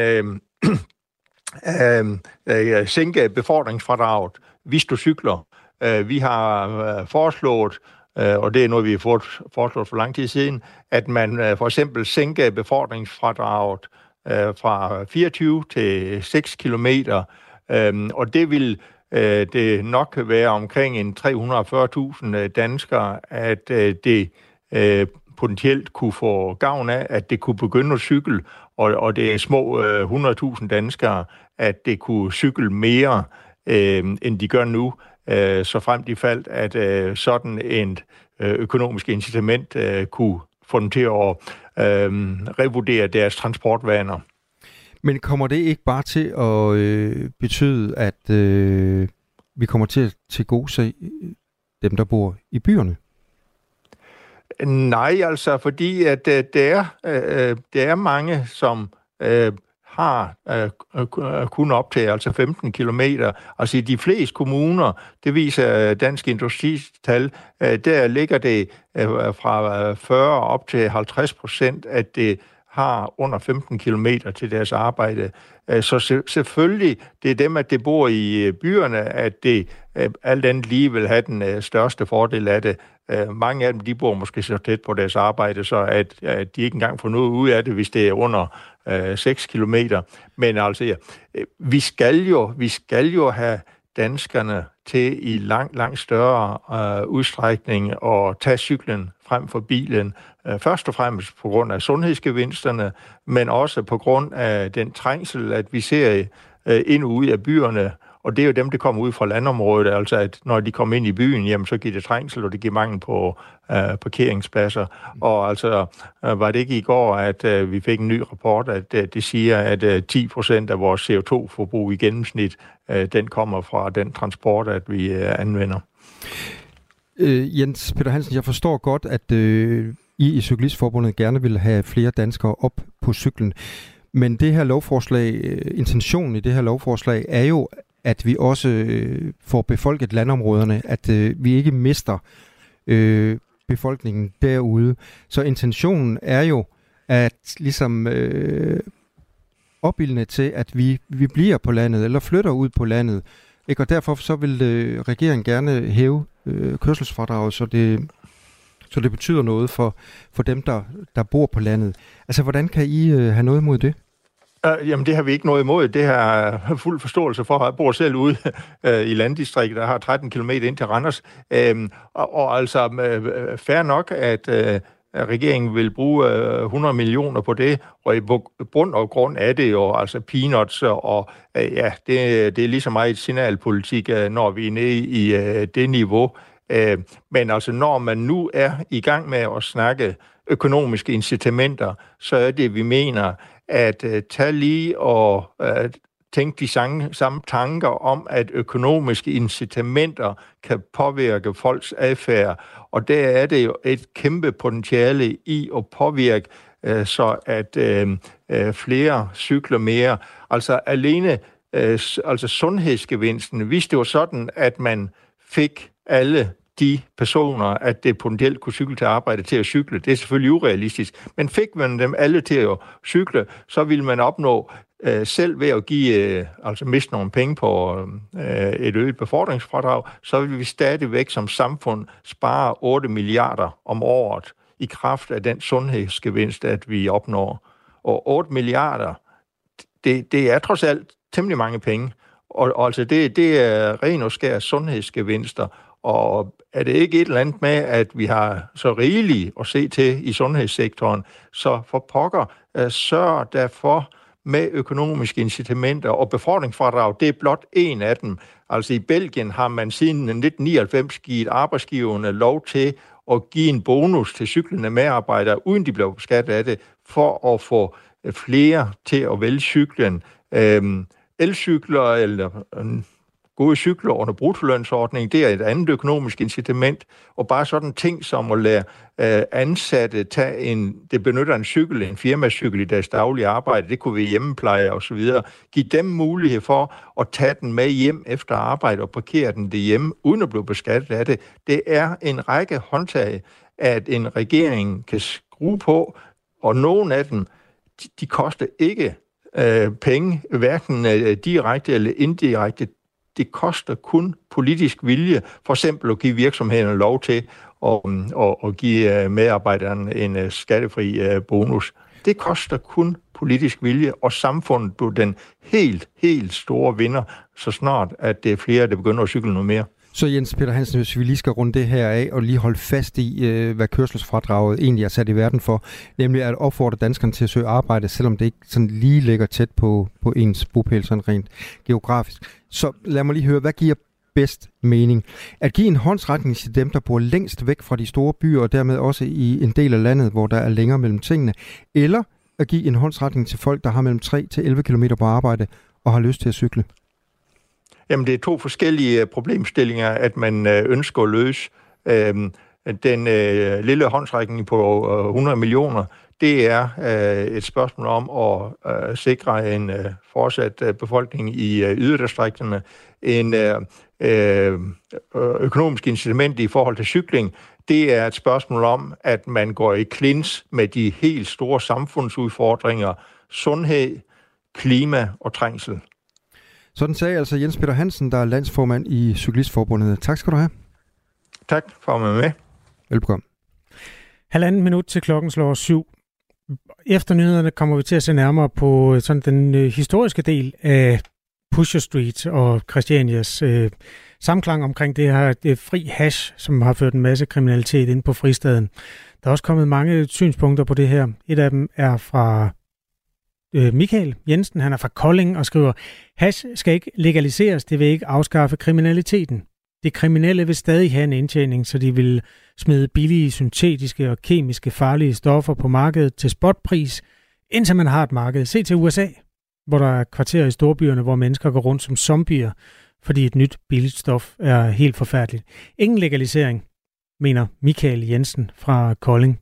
sænker befordringsfradraget, hvis du cykler. Vi har foreslået, og det er noget, vi har foreslået for lang tid siden, at man for eksempel sænker befordringsfradraget fra 24 til 6 kilometer, og det vil det nok være omkring en 340.000 danskere, at det potentielt kunne få gavn af, at det kunne begynde at cykle, og det er små 100.000 danskere, at det kunne cykle mere, end de gør nu, så frem de faldt, at sådan et økonomisk incitament kunne få dem til at revurdere deres transportvaner. Men kommer det ikke bare til at betyde, at vi kommer til at tilgodese dem, der bor i byerne? Nej, altså fordi at der er mange, som har kun op til altså 15 kilometer. Altså i de fleste kommuner, det viser Dansk Industris-tal, der ligger det fra 40 op til 50%, at det har under 15 kilometer til deres arbejde. Så selvfølgelig, det er dem, at det bor i byerne, at det alt andet lige vil have den største fordel af det. Mange af dem, de bor måske så tæt på deres arbejde, så at de ikke engang får noget ud af det, hvis det er under 6 kilometer. Men altså, vi skal jo have danskerne til i langt større udstrækning at tage cyklen frem for bilen. Først og fremmest på grund af sundhedsgevinsterne, men også på grund af den trængsel, at vi ser ind og ud af byerne. Og det er jo dem, der kommer ud fra landområdet, altså at når de kommer ind i byen, jamen, så giver det trængsel, og det giver mangel på parkeringspladser. Og altså var det ikke i går, at vi fik en ny rapport, at det siger, at 10% af vores CO2-forbrug i gennemsnit, den kommer fra den transport, at vi anvender. Jens Peter Hansen, jeg forstår godt, at I Cyklistforbundet gerne vil have flere danskere op på cyklen. Men det her lovforslag, intentionen i det her lovforslag er jo, at vi også får befolket landområderne, at vi ikke mister befolkningen derude. Så intentionen er jo at ligesom opildne til, at vi bliver på landet, eller flytter ud på landet. Ikke? Og derfor så vil regeringen gerne hæve kørselsfradraget, så det betyder noget for dem, der bor på landet. Altså, hvordan kan I have noget imod det? Jamen, det har vi ikke noget imod. Det har jeg fuld forståelse for. Jeg bor selv ude i landdistriktet, der har 13 km ind til Randers. Og altså, fair nok, at regeringen vil bruge 100 millioner på det, og i bund og grund er det jo altså peanuts, og ja, det er lige så meget signalpolitik, når vi er nede i det niveau. Men altså, når man nu er i gang med at snakke økonomiske incitamenter, så er det, vi mener, at tage lige og tænke de samme tanker om, at økonomiske incitamenter kan påvirke folks adfærd. Og der er det jo et kæmpe potentiale i at påvirke, så at flere cykler mere. Altså alene sundhedsgevinsten, hvis det var sådan, at man fik alle de personer, at det potentielt kunne cykle til arbejde, til at cykle. Det er selvfølgelig urealistisk. Men fik man dem alle til at cykle, så ville man opnå selv ved at give, miste nogle penge på et øget befordringsfradrag, så vil vi stadigvæk som samfund spare 8 milliarder om året i kraft af den sundhedsgevinst, at vi opnår. Og 8 milliarder, det er trods alt temmelig mange penge. Og altså det er ren og skær sundhedsgevinster. Og er det ikke et eller andet med, at vi har så rigeligt at se til i sundhedssektoren, så for pokker sørg derfor med økonomiske incitamenter, og befordringsfradrag, det er blot en af dem. Altså i Belgien har man siden 1999 givet arbejdsgiverne lov til at give en bonus til cyklende medarbejdere, uden de blev beskattet af det, for at få flere til at vælge cyklen. Elcykler eller gode cykler under bruttolønsordning, det er et andet økonomisk incitament, og bare sådan ting som at lade ansatte det benytter en cykel, en firmacykel i deres daglige arbejde, det kunne være hjemmepleje og så videre, give dem mulighed for at tage den med hjem efter arbejde og parkere den derhjemme, uden at blive beskattet af det. Det er en række håndtag, at en regering kan skrue på, og nogle af dem, de koster ikke penge, hverken direkte eller indirekte. Det koster kun politisk vilje, for eksempel at give virksomhederne lov til at give medarbejderne en skattefri bonus. Det koster kun politisk vilje, og samfundet bliver den helt store vinder, så snart at det er flere, der begynder at cykle noget mere. Så Jens Peter Hansen, hvis vi lige skal runde det her af og lige holde fast i, hvad kørselsfradraget egentlig er sat i verden for, nemlig at opfordre danskerne til at søge arbejde, selvom det ikke sådan lige ligger tæt på ens bopæl, sådan rent geografisk. Så lad mig lige høre, hvad giver bedst mening? At give en håndsrækning til dem, der bor længst væk fra de store byer, og dermed også i en del af landet, hvor der er længere mellem tingene, eller at give en håndsrækning til folk, der har mellem 3 til 11 km på arbejde og har lyst til at cykle? Jamen, det er 2 forskellige problemstillinger, at man ønsker at løse. Den lille håndsrækning på 100 millioner, det er et spørgsmål om at sikre en fortsat befolkning i yderdistrikterne, en økonomisk incitament i forhold til cykling. Det er et spørgsmål om, at man går i klins med de helt store samfundsudfordringer, sundhed, klima og trængsel. Sådan sagde altså Jens Peter Hansen, der er landsformand i Cyklistforbundet. Tak skal du have. Tak for at være med. Velkommen. 1,5 minut til klokken slår 7. Efter nyhederne kommer vi til at se nærmere på sådan den historiske del af Pusher Street og Christianias samklang omkring det her fri hash, som har ført en masse kriminalitet ind på fristaden. Der er også kommet mange synspunkter på det her. Et af dem er fra Michael Jensen, han er fra Kolding og skriver, hash skal ikke legaliseres, det vil ikke afskaffe kriminaliteten. De kriminelle vil stadig have en indtjening, så de vil smide billige, syntetiske og kemiske farlige stoffer på markedet til spotpris, indtil man har et marked. Se til USA, hvor der er kvarterer i storbyerne, hvor mennesker går rundt som zombier, fordi et nyt billigt stof er helt forfærdeligt. Ingen legalisering, mener Michael Jensen fra Kolding.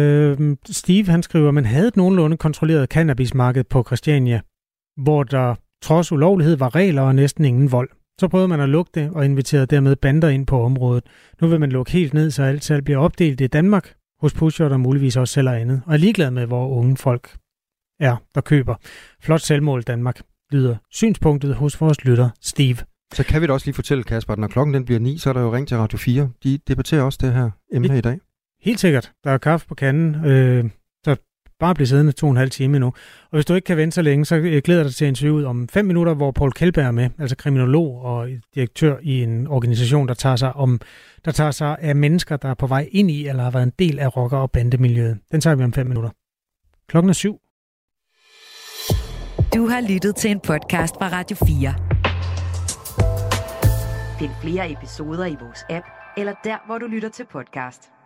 Steve, han skriver, man havde et nogenlunde kontrolleret cannabismarked på Christiania, hvor der Trods ulovlighed var regler og næsten ingen vold. Så prøvede man at lukke det og inviterede dermed bander ind på området. Nu vil man lukke helt ned, så alt salg bliver opdelt i Danmark hos pusher, der muligvis også sælger andet. Og er ligeglad med, hvor unge folk er, der køber. Flot selvmål Danmark, lyder synspunktet hos vores lytter Steve. Så kan vi da også lige fortælle, Kasper, at når klokken den bliver 9, så er der jo ring til Radio 4. De debatterer også det her emne i dag. Helt sikkert. Der er kaffe på kanden. Så bare blive siddende 2,5 timer nu. Og hvis du ikke kan vente så længe, så glæder dig til en interview om 5 minutter, hvor Paul Kjeldberg er med, altså kriminolog og direktør i en organisation, der tager sig af mennesker, der er på vej ind i, eller har været en del af rocker- og bandemiljøet. Den tager vi om 5 minutter. Klokken er 7. Du har lyttet til en podcast fra Radio 4. Find flere episoder i vores app, eller der, hvor du lytter til podcast.